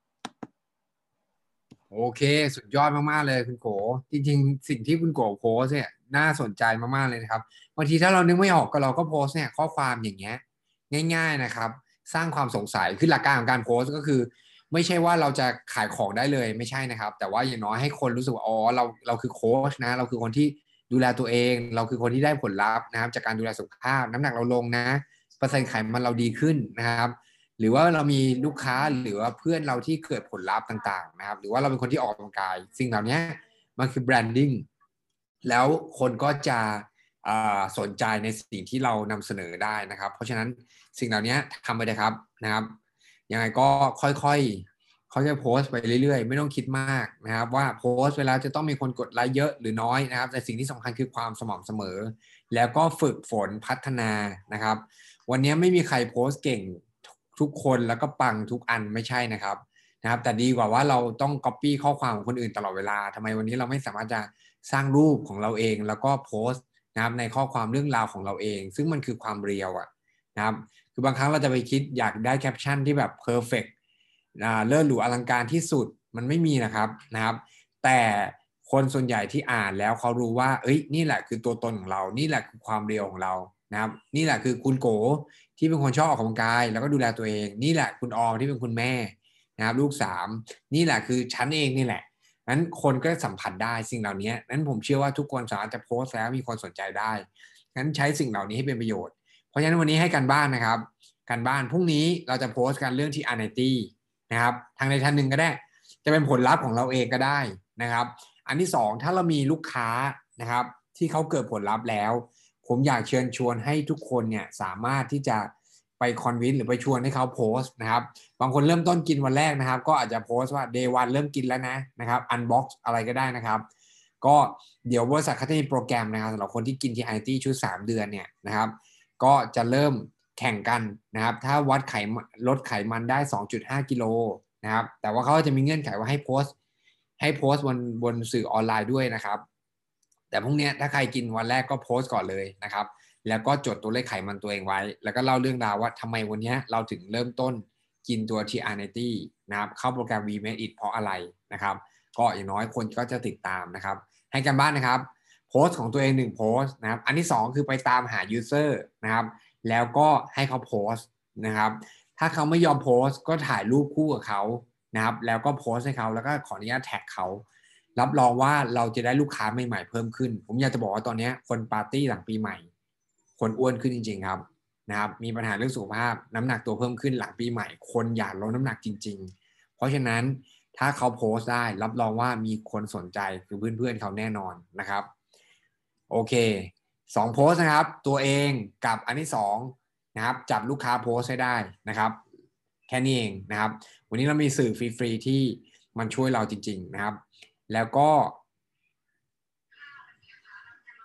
โอเคสุดยอดมากๆเลยคุณโกจริงๆสิ่งที่คุณโกโพสเนี่ยน่าสนใจมากๆเลยนะครับบางทีถ้าเรานึกไม่ออกก็เราก็โพสเนี่ยข้อความอย่างเงี้ยง่ายๆนะครับสร้างความสงสัยคือหลักการของการโพสก็คือไม่ใช่ว่าเราจะขายของได้เลยไม่ใช่นะครับแต่ว่าอย่างน้อยให้คนรู้สึกว่าอ๋อเราเราคือโค้ชนะเราคือคนที่ดูแลตัวเองเราคือคนที่ได้ผลลัพธ์นะครับจากการดูแลสุขภาพน้ำหนักเราลงนะเปอร์เซ็นต์ไขมันเราดีขึ้นนะครับหรือว่าเรามีลูกค้าหรือว่าเพื่อนเราที่เกิดผลลัพธ์ต่างๆนะครับหรือว่าเราเป็นคนที่ออกกำลังกายสิ่งเหล่านี้มันคือแบรนดิ้งแล้วคนก็จะสนใจในสิ่งที่เรานำเสนอได้นะครับเพราะฉะนั้นสิ่งเหล่านี้ทำไปเลยครับนะครับยังไงก็ค่อยๆเขาจะโพสต์ไปเรื่อยๆไม่ต้องคิดมากนะครับว่าโพสต์เวลาจะต้องมีคนกดไลค์เยอะหรือน้อยนะครับแต่สิ่งที่สำคัญคือความสม่ำเสมอแล้วก็ฝึกฝนพัฒนานะครับวันนี้ไม่มีใครโพสต์เก่งทุกคนแล้วก็ปังทุกอันไม่ใช่นะครับนะครับแต่ดีกว่าว่าเราต้อง copy ข้อความของคนอื่นตลอดเวลาทำไมวันนี้เราไม่สามารถจะสร้างรูปของเราเองแล้วก็โพสต์นะครับในข้อความเรื่องราวของเราเองซึ่งมันคือความเรียวอะนะครับคือบางครั้งเราจะไปคิดอยากได้แคปชั่นที่แบบเพอร์เฟกต์เลิศหรูอลังการที่สุดมันไม่มีนะครับนะครับแต่คนส่วนใหญ่ที่อ่านแล้วเขารู้ว่าเอ้ยนี่แหละคือตัวตนของเรานี่แหละคือความเรียวของเรานะครับนี่แหละคือคุณโกที่เป็นคนชอบออกกำลังกายแล้วก็ดูแลตัวเองนี่แหละคุณออมที่เป็นคุณแม่นะครับลูกสามนี่แหละคือฉันเองนี่แหละนั้นคนก็สัมผัสได้สิ่งเหล่านี้นั้นผมเชื่อว่าทุกคนสามารถจะโพสต์แล้วมีคนสนใจได้งั้นใช้สิ่งเหล่านี้ให้เป็นประโยชน์เพราะฉะนั้นวันนี้ให้การบ้านนะครับการบ้านพรุ่งนี้เราจะโพสต์กันเรื่องที่ Anity นะครับทางใดทางหนึ่งก็ได้จะเป็นผลลัพธ์ของเราเองก็ได้นะครับอันที่สองถ้าเรามีลูกค้านะครับที่เขาเกิดผลลัพธ์แล้วผมอยากเชิญชวนให้ทุกคนเนี่ยสามารถที่จะไปคอนวินหรือไปชวนให้เขาโพสต์นะครับบางคนเริ่มต้นกินวันแรกนะครับก็อาจจะโพสต์ว่า day วันเริ่มกินแล้วนะนะครับอันบ็อกซ์อะไรก็ได้นะครับก็เดี๋ยวบริษัทเขาจะมีโปรแกรมนะครับสำหรับคนที่กินที่ Anity ชุดสามเดือนเนี่ยนะครับก็จะเริ่มแข่งกันนะครับถ้าวัดไขลดไขมันได้ สองจุดห้า กิโลนะครับแต่ว่าเขาจะมีเงื่อนไขว่าให้โพสต์ให้โพสต์บนบนสื่อออนไลน์ด้วยนะครับแต่พวกนี้ถ้าใครกินวันแรกก็โพสต์ก่อนเลยนะครับแล้วก็จดตัวเลขไขมันตัวเองไว้แล้วก็เล่าเรื่องราวว่าทำไมวันนี้เราถึงเริ่มต้นกินตัว ที อาร์ Anity นะครับเข้าโปรแกรม We Made It เพราะอะไรนะครับก็อย่างน้อยคนก็จะติดตามนะครับให้กันบ้านนะครับโพสต์ของตัวเองหนึ่งโพสต์นะครับอันที่สองคือไปตามหา user นะครับแล้วก็ให้เขาโพสต์นะครับถ้าเขาไม่ยอมโพสต์ก็ถ่ายรูปคู่กับเขานะครับแล้วก็โพสต์ให้เขาแล้วก็ขออนุญาตแท็กเขารับรองว่าเราจะได้ลูกค้าใหม่ๆเพิ่มขึ้นผมอยากจะบอกว่าตอนนี้คนปาร์ตี้หลังปีใหม่คนอ้วนขึ้นจริงๆครับนะครับมีปัญหาเรื่องสุขภาพน้ำหนักตัวเพิ่มขึ้นหลังปีใหม่คนอยากลดน้ำหนักจริงๆเพราะฉะนั้นถ้าเขาโพสต์ได้รับรองว่ามีคนสนใจคือเพื่อนๆเขาแน่นอนนะครับโอเคสองโพสต์นะครับตัวเองกับอันที่สองนะครับจับลูกค้าโพสต์ให้ได้นะครับแค่นี้เองนะครับวันนี้เรามีสื่อฟรีๆที่มันช่วยเราจริงๆนะครับแล้วก็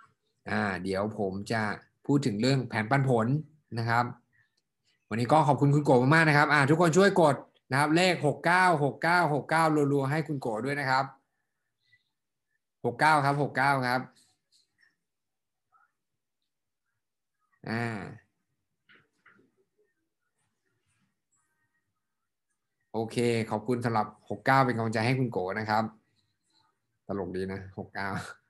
อ่าเดี๋ยวผมจะพูดถึงเรื่องแผนปันผลนะครับวันนี้ก็ขอบคุณคุณโกมากๆนะครับอ่าทุกคนช่วยกดนะครับเลขหกเก้าหกเก้าหกเก้ารัวๆให้คุณโกด้วยนะครับหกเก้าครับหกเก้าครับอ่าโอเคขอบคุณสำหรับหกเก้าเป็นกำลังใจให้คุณโกนะครับตลกดีนะหกเก้า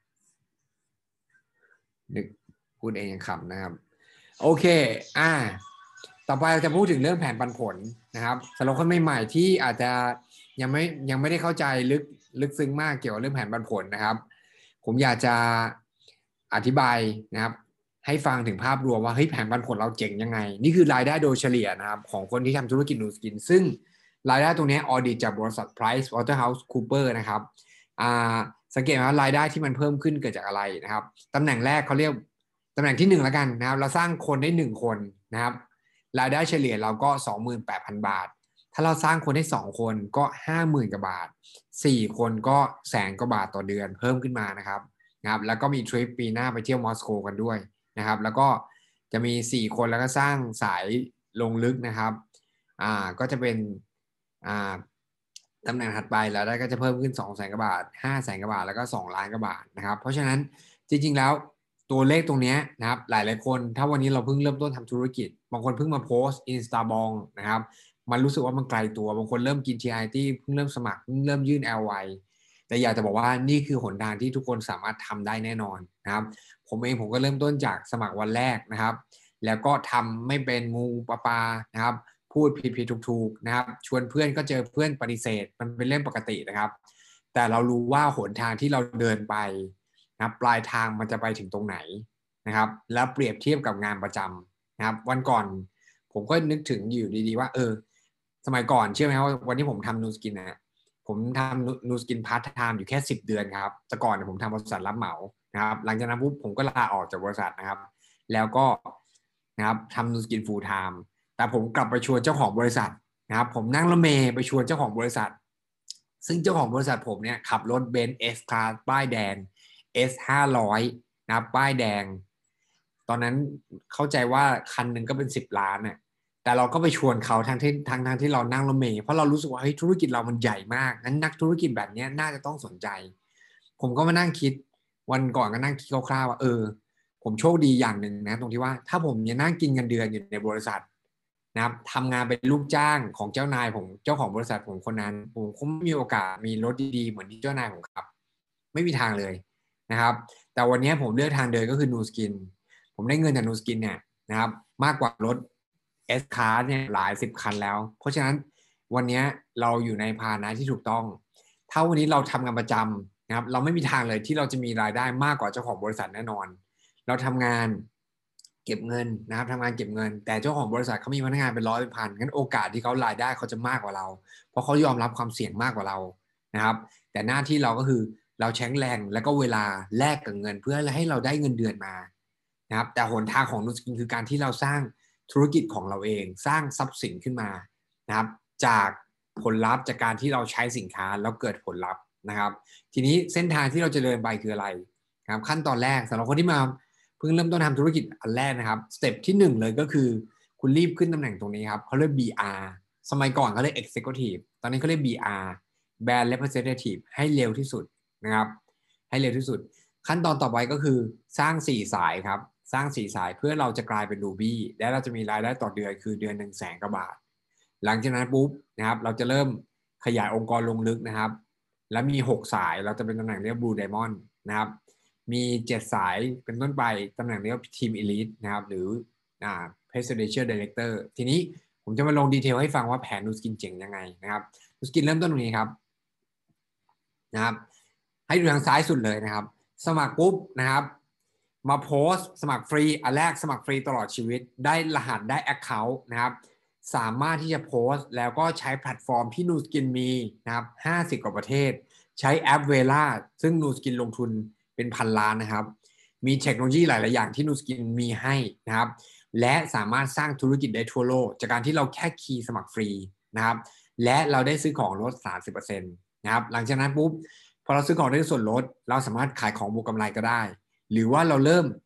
นึกพูดเองยังขำนะครับโอเคอ่าต่อไปเราจะพูดถึงเรื่องแผนปันผลนะครับสำหรับคนใหม่ๆที่อาจจะยังไม่ยังไม่ได้เข้าใจลึกลึกซึ้งมากเกี่ยวกับเรื่องแผนปันผลนะครับผมอยากจะอธิบายนะครับให้ฟังถึงภาพรวมว่าเฮ้ยแผนปันผลเราเจ๋งยังไงนี่คือรายได้โดยเฉลี่ยนะครับของคนที่ทำธุรกิจนูสกินซึ่งรายได้ตรงนี้ออดิตจากบริษัท Price Waterhouse Cooper นะครับอ่าสังเกตว่ารายได้ที่มันเพิ่มขึ้นเกิดจากอะไรนะครับตำแหน่งแรกเขาเรียกตำแหน่งที่หนึ่งแล้วกันนะครับเราสร้างคนได้หนึ่งคนนะครับรายได้เฉลี่ยเราก็ สองหมื่นแปดพัน บาทถ้าเราสร้างคนได้สองคนก็ ห้าหมื่น กว่าบาทสี่คนก็แสนกว่าบาทต่อเดือนเพิ่มขึ้นมานะครับนะครับแล้วก็มีทริปปีหน้าไปเที่ยวมอสโกกันด้วยนะครับแล้วก็จะมีสี่คนแล้วก็สร้างสายลงลึกนะครับอ่าก็จะเป็นอ่าตำแหน่งถัดไปแล้วได้ก็จะเพิ่มขึ้น สองแสน กว่าบาท ห้าแสน กว่าบาทแล้วก็สองล้านกว่าบาทนะครับเพราะฉะนั้นจริงๆแล้วตัวเลขตรงนี้นะครับหลายๆคนถ้าวันนี้เราเพิ่งเริ่มต้นทำธุรกิจบางคนเพิ่งมาโพสต์ Instabong นะครับมันรู้สึกว่ามันไกลตัวบางคนเริ่มกิน ที ไอ ที เพิ่งเริ่มสมัครเพิ่งเริ่มยื่น แอล วาย แต่อยากจะบอกว่านี่คือหนทางที่ทุกคนสามารถทำได้แน่นอนนะครับผมเองผมก็เริ่มต้นจากสมัครวันแรกนะครับแล้วก็ทำไม่เป็นงูปลาปลานะครับพูดผิดๆถูกๆนะครับชวนเพื่อนก็เจอเพื่อนปฏิเสธมันเป็นเรื่องปกตินะครับแต่เรารู้ว่าหนทางที่เราเดินไปนะปลายทางมันจะไปถึงตรงไหนนะครับแล้วเปรียบเทียบกับงานประจำนะครับวันก่อนผมก็นึกถึงอยู่ดีๆว่าเออสมัยก่อนเชื่อไหมว่าวันที่ผมทำนูสกินนะผมทำนูสกินพาร์ทไทม์อยู่แค่สิบเดือนครับแต่ก่อนผมทำบริษัทรับเหมานะครับหลังจากนั้นปุ๊บผมก็ลาออกจากบริษัทนะครับแล้วก็นะครับทำนูสกินฟูลไทม์แต่ผมกลับไปชวนเจ้าของบริษัทนะครับผมนั่งรถเมล์ไปชวนเจ้าของบริษัทซึ่งเจ้าของบริษัทผมเนี่ยขับรถเบนซ์ S Class ป้ายแดง เอส ห้าร้อย นะครับป้ายแดงตอนนั้นเข้าใจว่าคันหนึ่งก็เป็นสิบล้านน่ะแต่เราก็ไปชวนเขาทั้งที่ทั้งทั้งที่เรานั่งรถเมล์เพราะเรารู้สึกว่าเฮ้ยธุรกิจเรามันใหญ่มากงั้นนักธุรกิจแบบนี้น่าจะต้องสนใจผมก็มานั่งคิดวันก่อนก็นั่งคิดคร่าวๆว่าเออผมโชคดีอย่างหนึ่งนะตรงที่ว่าถ้าผมยังนั่งกินเงินเดือนอยู่ในบริษัทนะครับทำงานเป็นลูกจ้างของเจ้านายผมเจ้าของบริษัทผมคนนั้นผมคงไม่มีโอกาสมีรถดีๆเหมือนที่เจ้านายผมขับไม่มีทางเลยนะครับแต่วันนี้ผมเลือกทางเดินก็คือนูสกินผมได้เงินจากนูสกินเนี่ยนะครับมากกว่ารถ S Class เนี่ยหลายสิบคันแล้วเพราะฉะนั้นวันนี้เราอยู่ในพาหนะที่ถูกต้องถ้าวันนี้เราทำงานประจำนะครับเราไม่มีทางเลยที่เราจะมีรายได้มากกว่าเจ้าของบริษัทแน่นอนเราทำงานเก็บเงินนะครับทำงานเก็บเงินแต่เจ้าของบริษัทเขามีพนักงานเป็นร้อยเป็นพันงั้นโอกาสที่เขารายได้เขาจะมากกว่าเราเพราะเขายอมรับความเสี่ยงมากกว่าเรานะครับแต่หน้าที่เราก็คือเราใช้แรงและก็เวลาแลกกับเงินเพื่อให้เราได้เงินเดือนมานะครับแต่หนทางของนูสกินคือการที่เราสร้างธุรกิจของเราเองสร้างทรัพย์สินขึ้นมานะครับจากผลลัพธ์จากการที่เราใช้สินค้าแล้วเกิดผลลัพธ์นะครับทีนี้เส้นทางที่เราจะเดินไปคืออะไรนะครับขั้นตอนแรกสำหรับคนที่มาเพิ่งเริ่มต้นทำธุรกิจอันแรกนะครับสเต็ปที่หนึ่งเลยก็คือคุณรีบขึ้นตำแหน่งตรงนี้ครับเขาเรียก บี อาร์ สมัยก่อนเขาเรียก Executive ตอนนี้เขาเรียก บี อาร์ Brand Representative ให้เร็วที่สุดนะครับให้เร็วที่สุดขั้นตอนต่อไปก็คือสร้างสี่สายครับสร้างสี่สายเพื่อเราจะกลายเป็น Ruby และเราจะมีรายได้ต่อเดือนคือเดือนหนึ่งแสนกว่าบาทหลังจากนั้นปุ๊บนะครับเราจะเริ่มขยายองค์กรลงลึกนะครับและมีหกสายเราจะเป็นตำแหน่งเรียก Blue Diamond นะครับมีเจ็ดสายเป็นต้นไปตำแหน่งเรียก Team Elite นะครับหรืออ่า Presidential Director ทีนี้ผมจะมาลงดีเทลให้ฟังว่าแผนนูสกินเจ๋งยังไงนะครับนูสกินเริ่มต้นตรงนี้ครับนะครับให้ดูทางซ้ายสุดเลยนะครับสมัครปุ๊บนะครับมาโพสต์สมัครฟรีอันแรกสมัครฟรีตลอดชีวิตได้รหัสได้ Account นะครับสามารถที่จะโพสต์แล้วก็ใช้แพลตฟอร์มที่นูสกินมีนะครับห้าสิบกว่าประเทศใช้แอปเวล่าซึ่งนูสกินลงทุนเป็นพันล้านนะครับมีเทคโนโลยีหลายๆอย่างที่นูสกินมีให้นะครับและสามารถสร้างธุรกิจได้ทั่วโลกจากการที่เราแค่คีย์สมัครฟรีนะครับและเราได้ซื้อของลด สามสิบเปอร์เซ็นต์ นะครับหลังจากนั้นปุ๊บพอเราซื้อของได้ส่วนลดเราสามารถขายของบวกกำไรก็ได้หรือว่าเราเริ่ม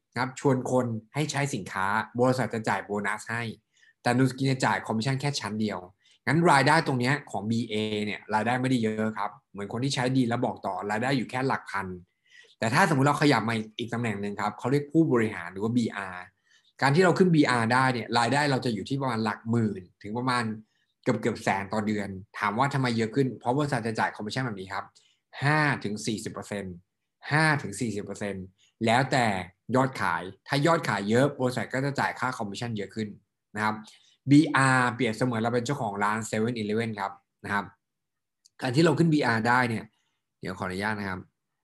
นะครับชวนคนให้ใช้สินค้าบริษัทจะจ่ายโบนัสให้แต่นูสกินจะจ่ายคอมมิชชั่นแค่ชั้นเดียวงั้นรายได้ตรงนี้ของ บี เอ เนี่ยรายได้ไม่ได้เยอะครับเหมือนคนที่ใช้ดีแล้วบอกต่อรายได้อยู่แค่หลักพันแต่ถ้าสมมุติเราขยับมาอีกตำแหน่งหนึ่งครับเขาเรียกผู้บริหารหรือว่า บี อาร์ การที่เราขึ้น บี อาร์ ได้เนี่ยรายได้เราจะอยู่ที่ประมาณหลักหมื่นถึงประมาณเกือบเกือบแสนต่อเดือนถามว่าทำไมเยอะขึ้นเพราะบริษัทจะจ่ายคอมมิชชั่นแบบนี้ครับ ห้าถึงสี่สิบเปอร์เซ็นต์ ห้าถึงสี่สิบเปอร์เซ็นต์ แล้วแต่ยอดขายถ้ายอดขายเยอะบริษัทก็จะจ่ายค่าคอมมิชชั่นเยอะขึ้นนะครับ บี อาร์ เปรียบเสมือนเราเป็นเจ้าของร้าน เซเว่น อีเลฟเว่น ครับนะครับการที่เราขึ้น บี อาร์ ได้เนี่ยเดี๋ยวขออนุญาตนะครับ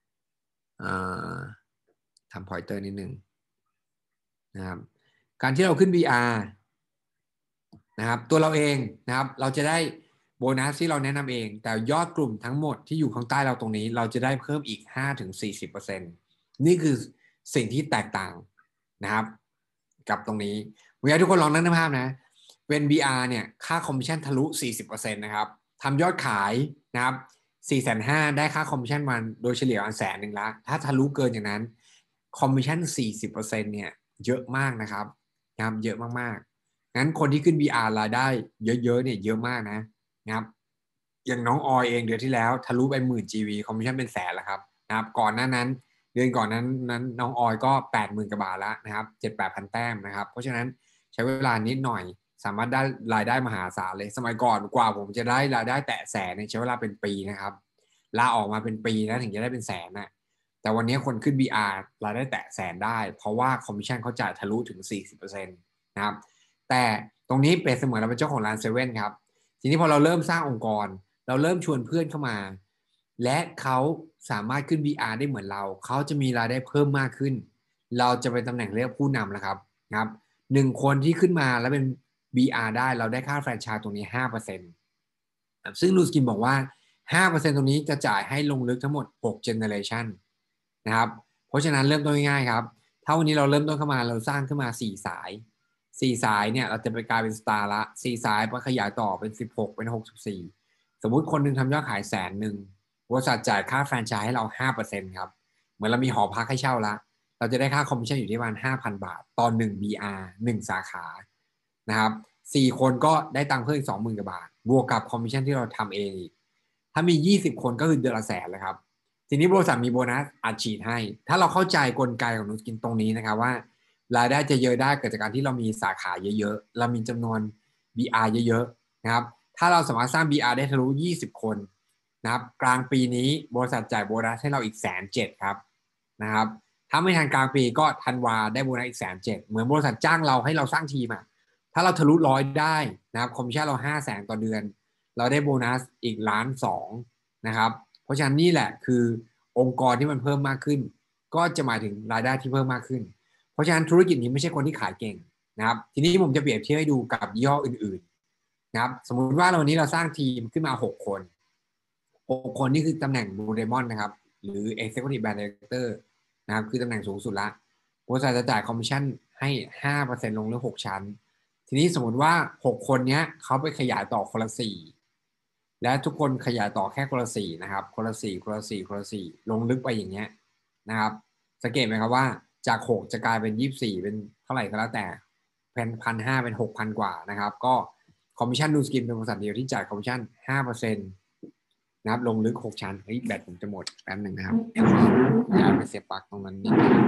ทำ pointer นิดนึงนะครับการที่เราขึ้น บี อาร์ นะครับตัวเราเองนะครับเราจะได้โบนัสที่เราแนะนำเองแต่ยอดกลุ่มทั้งหมดที่อยู่ข้างใต้เราตรงนี้เราจะได้เพิ่มอีก ห้าถึงสี่สิบเปอร์เซ็นต์ นี่คือสิ่งที่แตกต่างนะครับกับตรงนี้ผมอยากให้ทุกคนลองนึกภาพนะเป็น บี อาร์ เนี่ยค่าคอมมิชชั่นทะลุ สี่สิบเปอร์เซ็นต์ นะครับทำยอดขายนะครับ สี่แสนห้าหมื่น ได้ค่าคอมมิชชั่นมันโดยเฉลี่ยอันแสนหนึ่งละถ้าทะลุเกินอย่างนั้นคอมมิชชั่น สี่สิบเปอร์เซ็นต์ เนี่ยเยอะมากนะครับนะครับเยอะมากๆงั้นคนที่ขึ้น บี อาร์ รายได้เยอะๆเนี่ยเยอะมากนะนะครับอย่างน้องออยเองเดือนที่แล้วทะลุไปหมื่น จี วี คอมมิชชั่นเป็นแสนแล้วครับนะครับก่อนหน้านั้นเดือนก่อนนั้นนั้นน้องออยก็ แปดหมื่น กว่าบาทแล้วนะครับ เจ็ดแปดพัน แต้มนะครับเพราะฉะนั้นใช้เวลานิดหน่อยสามารถได้รายได้มหาศาลเลยสมัยก่อนกว่าผมจะได้รายได้แตะแสนเนี่ยใช้เวลาเป็นปีนะครับลาออกมาเป็นปีนะถึงจะได้เป็นแสนนะแต่วันนี้คนขึ้น บี อาร์ รายได้แตะแสนได้เพราะว่าคอมมิชชั่นเขาจ่ายทะลุถึง สี่สิบเปอร์เซ็นต์ นะครับแต่ตรงนี้เป็นเสมือนเราเป็นเจ้าของร้านเซเว่นครับทีนี้พอเราเริ่มสร้างองค์กรเราเริ่มชวนเพื่อนเข้ามาและเขาสามารถขึ้น บี อาร์ ได้เหมือนเราเขาจะมีรายได้เพิ่มมากขึ้นเราจะเป็นตำแหน่งเรียกผู้นำแล้วครับนะครับหนึ่งคนที่ขึ้นมาแล้วเป็น บี อาร์ ได้เราได้ค่าแฟรนไชส์ตรงนี้ ห้าเปอร์เซ็นต์ ซึ่งนูสกินบอกว่า ห้าเปอร์เซ็นต์ ตรงนี้จะจ่ายให้ลงลึกทั้งหมดหก generation นะครับเพราะฉะนั้นเริ่มต้นง่ายๆครับถ้าวันนี้เราเริ่มต้นเข้ามาเราสร้างขึ้นมาสี่สายสี่สายเนี่ยเราจะไปกลายเป็นสตาร์ละสี่สายไปขยายต่อเป็นสิบหกเป็นหกสิบสี่สมมุติคนหนึ่งทำยอดขายแสนหนึ่งบริษัทจ่ายค่าแฟรนไชส์ให้เรา ห้าเปอร์เซ็นต์ ครับเหมือนเรามีหอพักให้เช่าละเราจะได้ค่าคอมมิชชั่นอยู่ที่ประมาณ ห้าพัน บาทต่อหนึ่ง บี อาร์ หนึ่งสาขานะครับสี่คนก็ได้ตังค์เพิ่มอีก สองหมื่น กว่าบาทบวกกับคอมมิชชั่นที่เราทำเองอีกถ้ามียี่สิบคนก็คือเดือนละแสนเลยครับทีนี้บริษัทมีโบนัสอัดฉีดให้ถ้าเราเข้าใจกลไกของนูสกินตรงนี้นะครับว่ารายได้จะเยอะได้เกิดจากการที่เรามีสาขาเยอะๆเรามีจำนวน บี อาร์ เยอะๆนะครับถ้าเราสามารถสร้าง บี อาร์ ได้ทะลุยี่สิบคนนะครับกลางปีนี้บริษัทจ่ายโบนัสให้เราอีกแสนเจ็ดครับนะครับถ้าไม่ทันกลางปีก็ธันวาได้โบนัสอีกแสนเจ็ดเหมือนบริษัทจ้างเราให้เราสร้างทีมอะถ้าเราทะลุร้อยได้นะครับคอมมิชชั่นเราห้าแสนต่อเดือนเราได้โบนัสอีกล้านสองนะครับเพราะฉะนั้นนี่แหละคือองค์กรที่มันเพิ่มมากขึ้นก็จะหมายถึงรายได้ที่เพิ่มมากขึ้นเพราะฉะนั้นธุรกิจนี้ไม่ใช่คนที่ขายเก่งนะครับทีนี้ผมจะเปรียบเทียบให้ดูกับยี่ห้ออื่นๆนะครับสมมุติว่าวันนี้เราสร้างทีมขึ้นมาหกคนหกคนนี่คือตำแหน่งบลูเดมอนนะครับหรือ Executive Brand Director นะครับคือตำแหน่งสูงสุดละบริษัทจะจ่ายคอมมิชชั่นให้ ห้าเปอร์เซ็นต์ ลงเหลือหกชั้นทีนี้สมมติว่าหกคนนี้เขาไปขยายต่อคนละสี่และทุกคนขยายต่อแค่คนละสี่นะครับคนละสี่คนละสี่คนละสี่ลงลึกไปอย่างเงี้ยนะครับสังเกตไหมครับว่าจากหกจะกลายเป็นยี่สิบสี่เป็นเท่าไหร่ก็แล้วแต่เป็นพันห้าเป็นหกพันกว่านะครับก็คอมมิชชั่นนูสกินเป็นบริษัทเดียวที่จ่ายคอมมิชชั่นห้าเปอร์เซ็นต์นะครับลงลึกหกชั้นเฮ้ยแบตผมจะหมดแป๊บหนึ่งนะครับย้ายไปเสียบปลั๊กตรงนั้นนิดนึง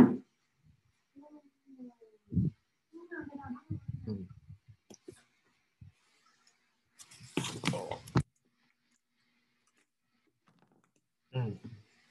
อืม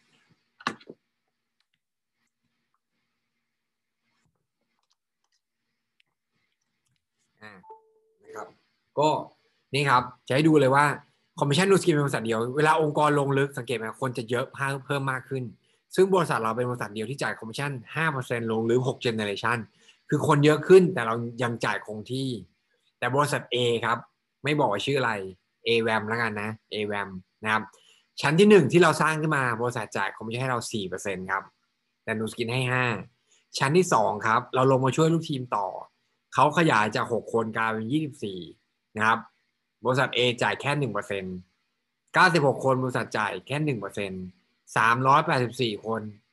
อ่านะครับก็นี่ครับจะให้ดูเลยว่าคอมมิชชั่นนูสกินเป็นบริษัทเดียวเวลาองค์กรลงลึกสังเกตไหมคนจะเยอะเพิ่มมากขึ้นซึ่งบริษัทเราเป็นบริษัทเดียวที่จ่ายคอมมิชชั่น ห้าเปอร์เซ็นต์ ลงลึกหก generation คือคนเยอะขึ้นแต่เรายังจ่ายคงที่แต่บริษัท A ครับไม่บอกว่าชื่ออะไร เอ แวม แล้วกันนะ เอ แวม นะครับชั้นที่หนึ่งที่เราสร้างขึ้นมาบริษัทจ่ายคอมมิชชั่นให้เรา สี่เปอร์เซ็นต์ ครับแต่นูสกินให้ห้าชั้นที่สองครับเราลงมาช่วยลูกทีมต่อเขาขยายจากหกคนกลายเป็นยี่สิบสี่นะครับบริษัท A จ่ายแค่ หนึ่งเปอร์เซ็นต์ เก้าสิบหกคนบริษัทจ่ายแค่ หนึ่งเปอร์เซ็นต์ สามร้อยแปดสิบสี่คน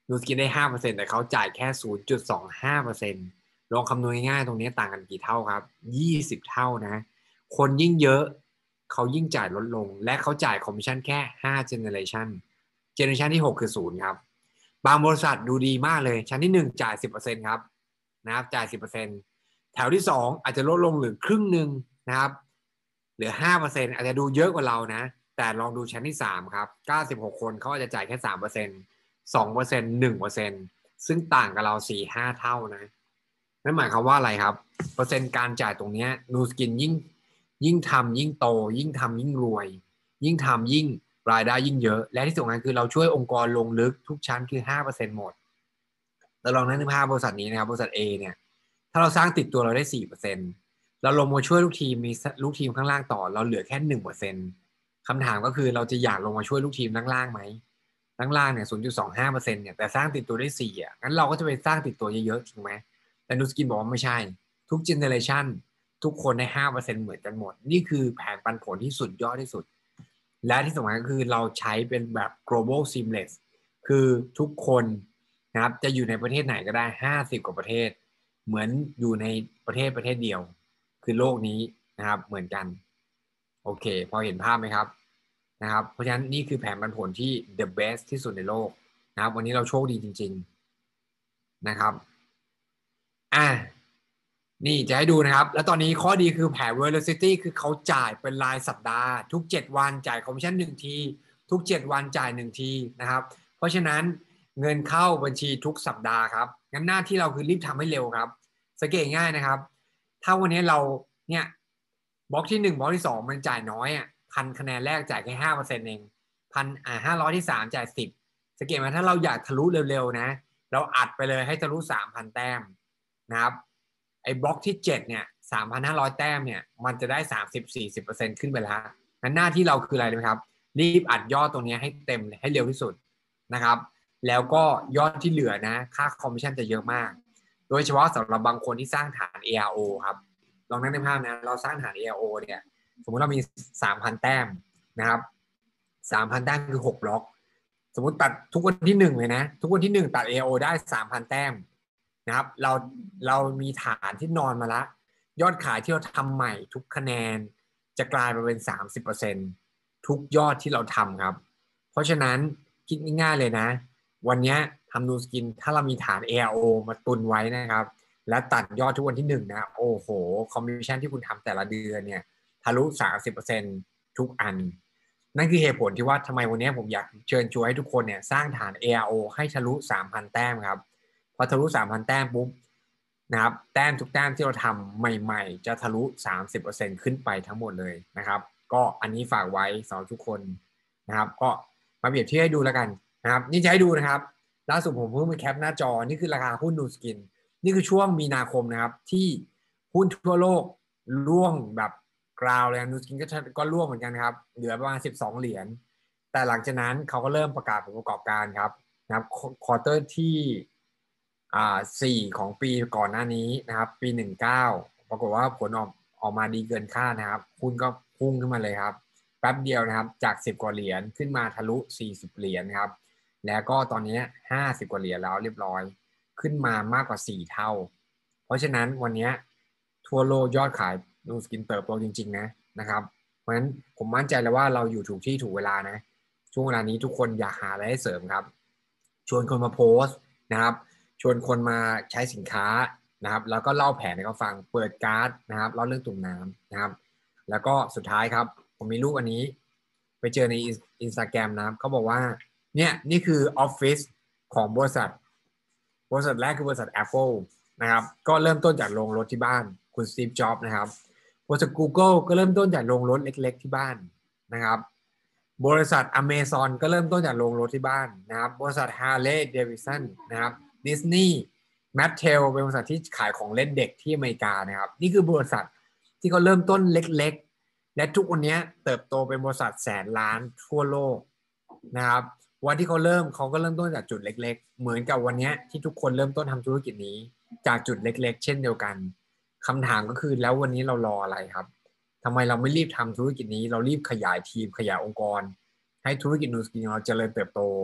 นูสกินได้ ห้าเปอร์เซ็นต์ แต่เขาจ่ายแค่ ศูนย์จุดสองห้าเปอร์เซ็นต์ ลองคำนวณง่ายๆตรงนี้ต่างกันกี่เท่าครับยี่สิบเท่านะคนยิ่งเยอะเขายิ่งจ่ายลดลงและเขาจ่ายคอมมิชชั่นแค่ห้า generation generation ที่หกคือศูนย์ครับบางบริษัทดูดีมากเลยชั้นที่หนึ่งจ่าย สิบเปอร์เซ็นต์ ครับนะครับจ่าย สิบเปอร์เซ็นต์ แถวที่สองอาจจะลดลงเหลือครึ่งหนึ่งนะครับเหลือ ห้าเปอร์เซ็นต์ อาจจะดูเยอะกว่าเรานะแต่ลองดูชั้นที่สามครับเก้าสิบหกคนเขาอาจจะจ่ายแค่ สามเปอร์เซ็นต์ สองเปอร์เซ็นต์ หนึ่งเปอร์เซ็นต์ ซึ่งต่างกับเรา สี่ห้า เท่านะนั่นหมายความว่าอะไรครับเปอร์เซ็นต์การจ่ายตรงนี้นูสกินยิ่งยิ่งทำยิ่งโตยิ่งทำยิ่งรวยยิ่งทำยิ่งรายได้ยิ่งเยอะและที่สำคัญคือเราช่วยองค์กรลงลึกทุกชั้นคือ ห้าเปอร์เซ็นต์ หมดเราลองนึกภาพบริษัทนี้นะครับบริษัท A เนี่ยถ้าเราสร้างติดตัวเราได้ สี่เปอร์เซ็นต์ เราลงมาช่วยลูกทีมมีลูกทีมข้างล่างต่อเราเหลือแค่ หนึ่งเปอร์เซ็นต์ คำถามก็คือเราจะอยากลงมาช่วยลูกทีมข้างล่างไหมข้างล่างเนี่ย ศูนย์จุดสองห้าเปอร์เซ็นต์ เนี่ยแต่สร้างติดตัวได้สี่อ่ะงั้นเราก็จะไปสร้างติดตัวเยอะๆถูกไหมแต่นูสกินบอกว่าไม่ใช่ทุกเจเนอเรชันทุกคนได้ ห้าเปอร์เซ็นต์ เหมือนกันหมดนี่คือแผนปันผลที่สุดยอดที่สุดและที่สำคัญก็คือเราใช้เป็นแบบ global seamless คือทุกคนนะครับจะอยู่ในประเทศไหนก็ได้ห้าสิบกว่าประเทศเหมือนอยู่ในประเทศประเทศเดียวคือโลกนี้นะครับเหมือนกันโอเคพอเห็นภาพไหมครับนะครับเพราะฉะนั้นนี่คือแผนปันผลที่ the best ที่สุดในโลกนะครับวันนี้เราโชคดีจริงๆนะครับอ่ะนี่จะให้ดูนะครับแล้วตอนนี้ข้อดีคือแผน velocity คือเขาจ่ายเป็นรายสัปดาห์ทุกเจ็ดวันจ่ายคอมมิชชั่นหนึ่งทีทุกเจ็ดวันจ่ายหนึ่งทีนะครับเพราะฉะนั้นเงินเข้าบัญชีทุกสัปดาห์ครับงั้นหน้าที่เราคือรีบทำให้เร็วครับสังเกตง่ายนะครับถ้าวันนี้เราเนี่ยบล็อกที่หนึ่งบล็อกที่สองมันจ่ายน้อยอ่ะพันคะแนนแรกจ่ายแค่ห้าเปอร์เซ็นต์เองพันอ่าห้าร้อยที่สามจ่ายสิบสังเกตไหมถ้าเราอยากทะลุเร็วๆนะเราอัดไปเลยให้ทะลุสามพันแต้มนะครับไอ้บล็อกที่เจ็ดเนี่ย สามพันห้าร้อย แต้มเนี่ยมันจะได้ สามสิบถึงสี่สิบเปอร์เซ็นต์ ขึ้นไปแล้วงั้นหน้าที่เราคืออะไรนะครับรีบอัดยอดตรงนี้ให้เต็มให้เร็วที่สุดนะครับแล้วก็ยอดที่เหลือนะค่าคอมมิชชั่นจะเยอะมากโดยเฉพาะสำหรับบางคนที่สร้างฐาน เอ อาร์ โอ ครับลองนึกในภาพนะเราสร้างฐาน เอ อาร์ โอ เนี่ยสมมุติเรามี สามพัน แต้มนะครับ สามพัน แต้มคือหกบล็อกสมมุติตัดทุกวันที่หนึ่งเลยนะทุกวันที่หนึ่งตัด เอ อาร์ โอ ได้ สามพัน แต้มนะครับเราเรามีฐานที่นอนมาละยอดขายที่เราทำใหม่ทุกคะแนนจะกลายมาเป็น สามสิบเปอร์เซ็นต์ ทุกยอดที่เราทำครับเพราะฉะนั้นคิดง่ายๆเลยนะวันนี้ทำนูสกินถ้าเรามีฐาน เอ อาร์ โอ มาตุนไว้นะครับและตัดยอดทุกวันที่หนึ่งนะโอ้โหคอมมิชชั่นที่คุณทำแต่ละเดือนเนี่ยทะลุ สามสิบเปอร์เซ็นต์ ทุกอันนั่นคือเหตุผลที่ว่าทำไมวันนี้ผมอยากเชิญชวนให้ทุกคนเนี่ยสร้างฐาน เอ อาร์ โอ ให้ทะลุ สามพัน แต้มครับพอทะลุ สามพัน แต้มปุ๊บนะครับแต้มทุกแต้มที่เราทำใหม่ๆจะทะลุ สามสิบเปอร์เซ็นต์ ขึ้นไปทั้งหมดเลยนะครับก็อันนี้ฝากไว้สำหรับทุกคนนะครับก็มาเปรียบเทียบให้ดูแล้วกันนะครับนี่จะให้ดูนะครับล่าสุดผมเพิ่งไปแคปหน้าจอนี่คือราคาหุ้นนูสกินนี่คือช่วงมีนาคมนะครับที่หุ้นทั่วโลกร่วงแบบกราวเลยนูสกินก็ก็ร่วงเหมือนกันครับเหลือประมาณสิบสองเหรียญแต่หลังจากนั้นเขาก็เริ่มประกาศผลประกอบการครับนะครับควอเตอร์ที่อ่าสี่ของปีก่อนหน้านี้นะครับปีหนึ่งเก้าปรากฏว่าผลออกออกมาดีเกินคาดนะครับหุ้นก็พุ่งขึ้นมาเลยครับแป๊บเดียวนะครับจากสิบกว่าเหรียญขึ้นมาทะลุสี่สิบเหรียญครับแล้วก็ตอนนี้ห้าสิบกว่าเหรียญแล้วเรียบร้อยขึ้นมามากกว่าสี่เท่าเพราะฉะนั้นวันนี้ทั่วโลกยอดขายนูสกินเติบโตจริงๆนะนะครับเพราะฉะนั้นผมมั่นใจเลยว่าเราอยู่ถูกที่ถูกเวลานะช่วงเวลานี้ทุกคนอยากหาอะไรให้เสริมครับชวนคนมาโพสต์นะครับชวนคนมาใช้สินค้านะครับแล้วก็เล่าแผนให้เขาฟังเปิดการ์ดนะครับเล่าเรื่องตุ่มน้ำนะครับแล้วก็สุดท้ายครับผมมีรูปอันนี้ไปเจอใน Instagram นะครับเขาบอกว่าเนี่ยนี่คือออฟฟิศของบริษัทบริษัทแรกคือบริษัท Apple นะครับก็เริ่มต้นจากโรงรถที่บ้านคุณสตีฟ จ็อบส์นะครับบริษัท Google ก็เริ่มต้นจากโรงรถเล็กๆที่บ้านนะครับบริษัท Amazon ก็เริ่มต้นจากโรงรถที่บ้านนะครับบริษัท Harley Davidson นะครับ Disney Mattel เป็นบริษัทที่ขายของเล่นเด็กที่อเมริกานะครับนี่คือบริษัทที่เขาเริ่มต้นเล็กๆและทุกวันนี้เติบโตเป็นบริษัทแสนล้านทั่วโลกนะครับวันที่เขาเริ่มเขาก็เริ่มต้นจากจุดเล็กๆเหมือนกับวันนี้ที่ทุกคนเริ่มต้นทำธุรกิจนี้จากจุดเล็กๆเช่นเดียวกันคำถามก็คือแล้ววันนี้เรารออะไรครับทำไมเราไม่รีบทำธุรกิจนี้เรารีบขยายทีมขยายองค์กรให้ธุรกิจนูสกินเราเจริญเติบโต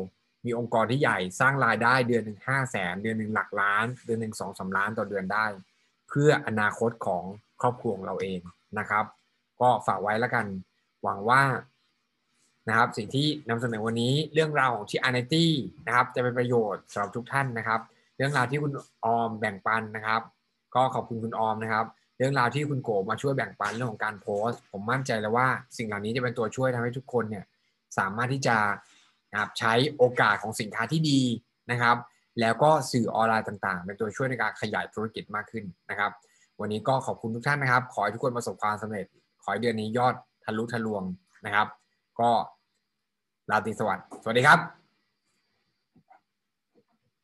มีองค์กรที่ใหญ่สร้างรายได้เดือนหนึ่งห้าแสนเดือนหนึ่งหลักล้านเดือนหนึ่งสองสามล้านต่อเดือนได้เพื่ออนาคตของครอบครัวของเราเองนะครับก็ฝากไว้แล้วกันหวังว่านะครับสิ่งที่นำเสนอวันนี้เรื่องราวของที่ อาร์ ไนน์ตี้ นะครับจะเป็นประโยชน์สำหรับทุกท่านนะครับเรื่องราวที่คุณออมแบ่งปันนะครับก็ขอบคุณคุณออมนะครับเรื่องราวที่คุณโกมาช่วยแบ่งปันเรื่องของการโพสต์ผมมั่นใจเลยว่าสิ่งเหล่านี้จะเป็นตัวช่วยทำให้ทุกคนเนี่ยสามารถที่จะนะครับใช้โอกาสของสินค้าที่ดีนะครับแล้วก็สื่อออนไลน์ต่างๆเป็นตัวช่วยในการขยายธุรกิจมากขึ้นนะครับวันนี้ก็ขอบคุณทุกท่านนะครับขอให้ทุกคนประสบความสำเร็จขอให้เดือนนี้ยอดทะลุทะลวงนะครับก็ราตรีสวัสดิ์สวัสดีครับ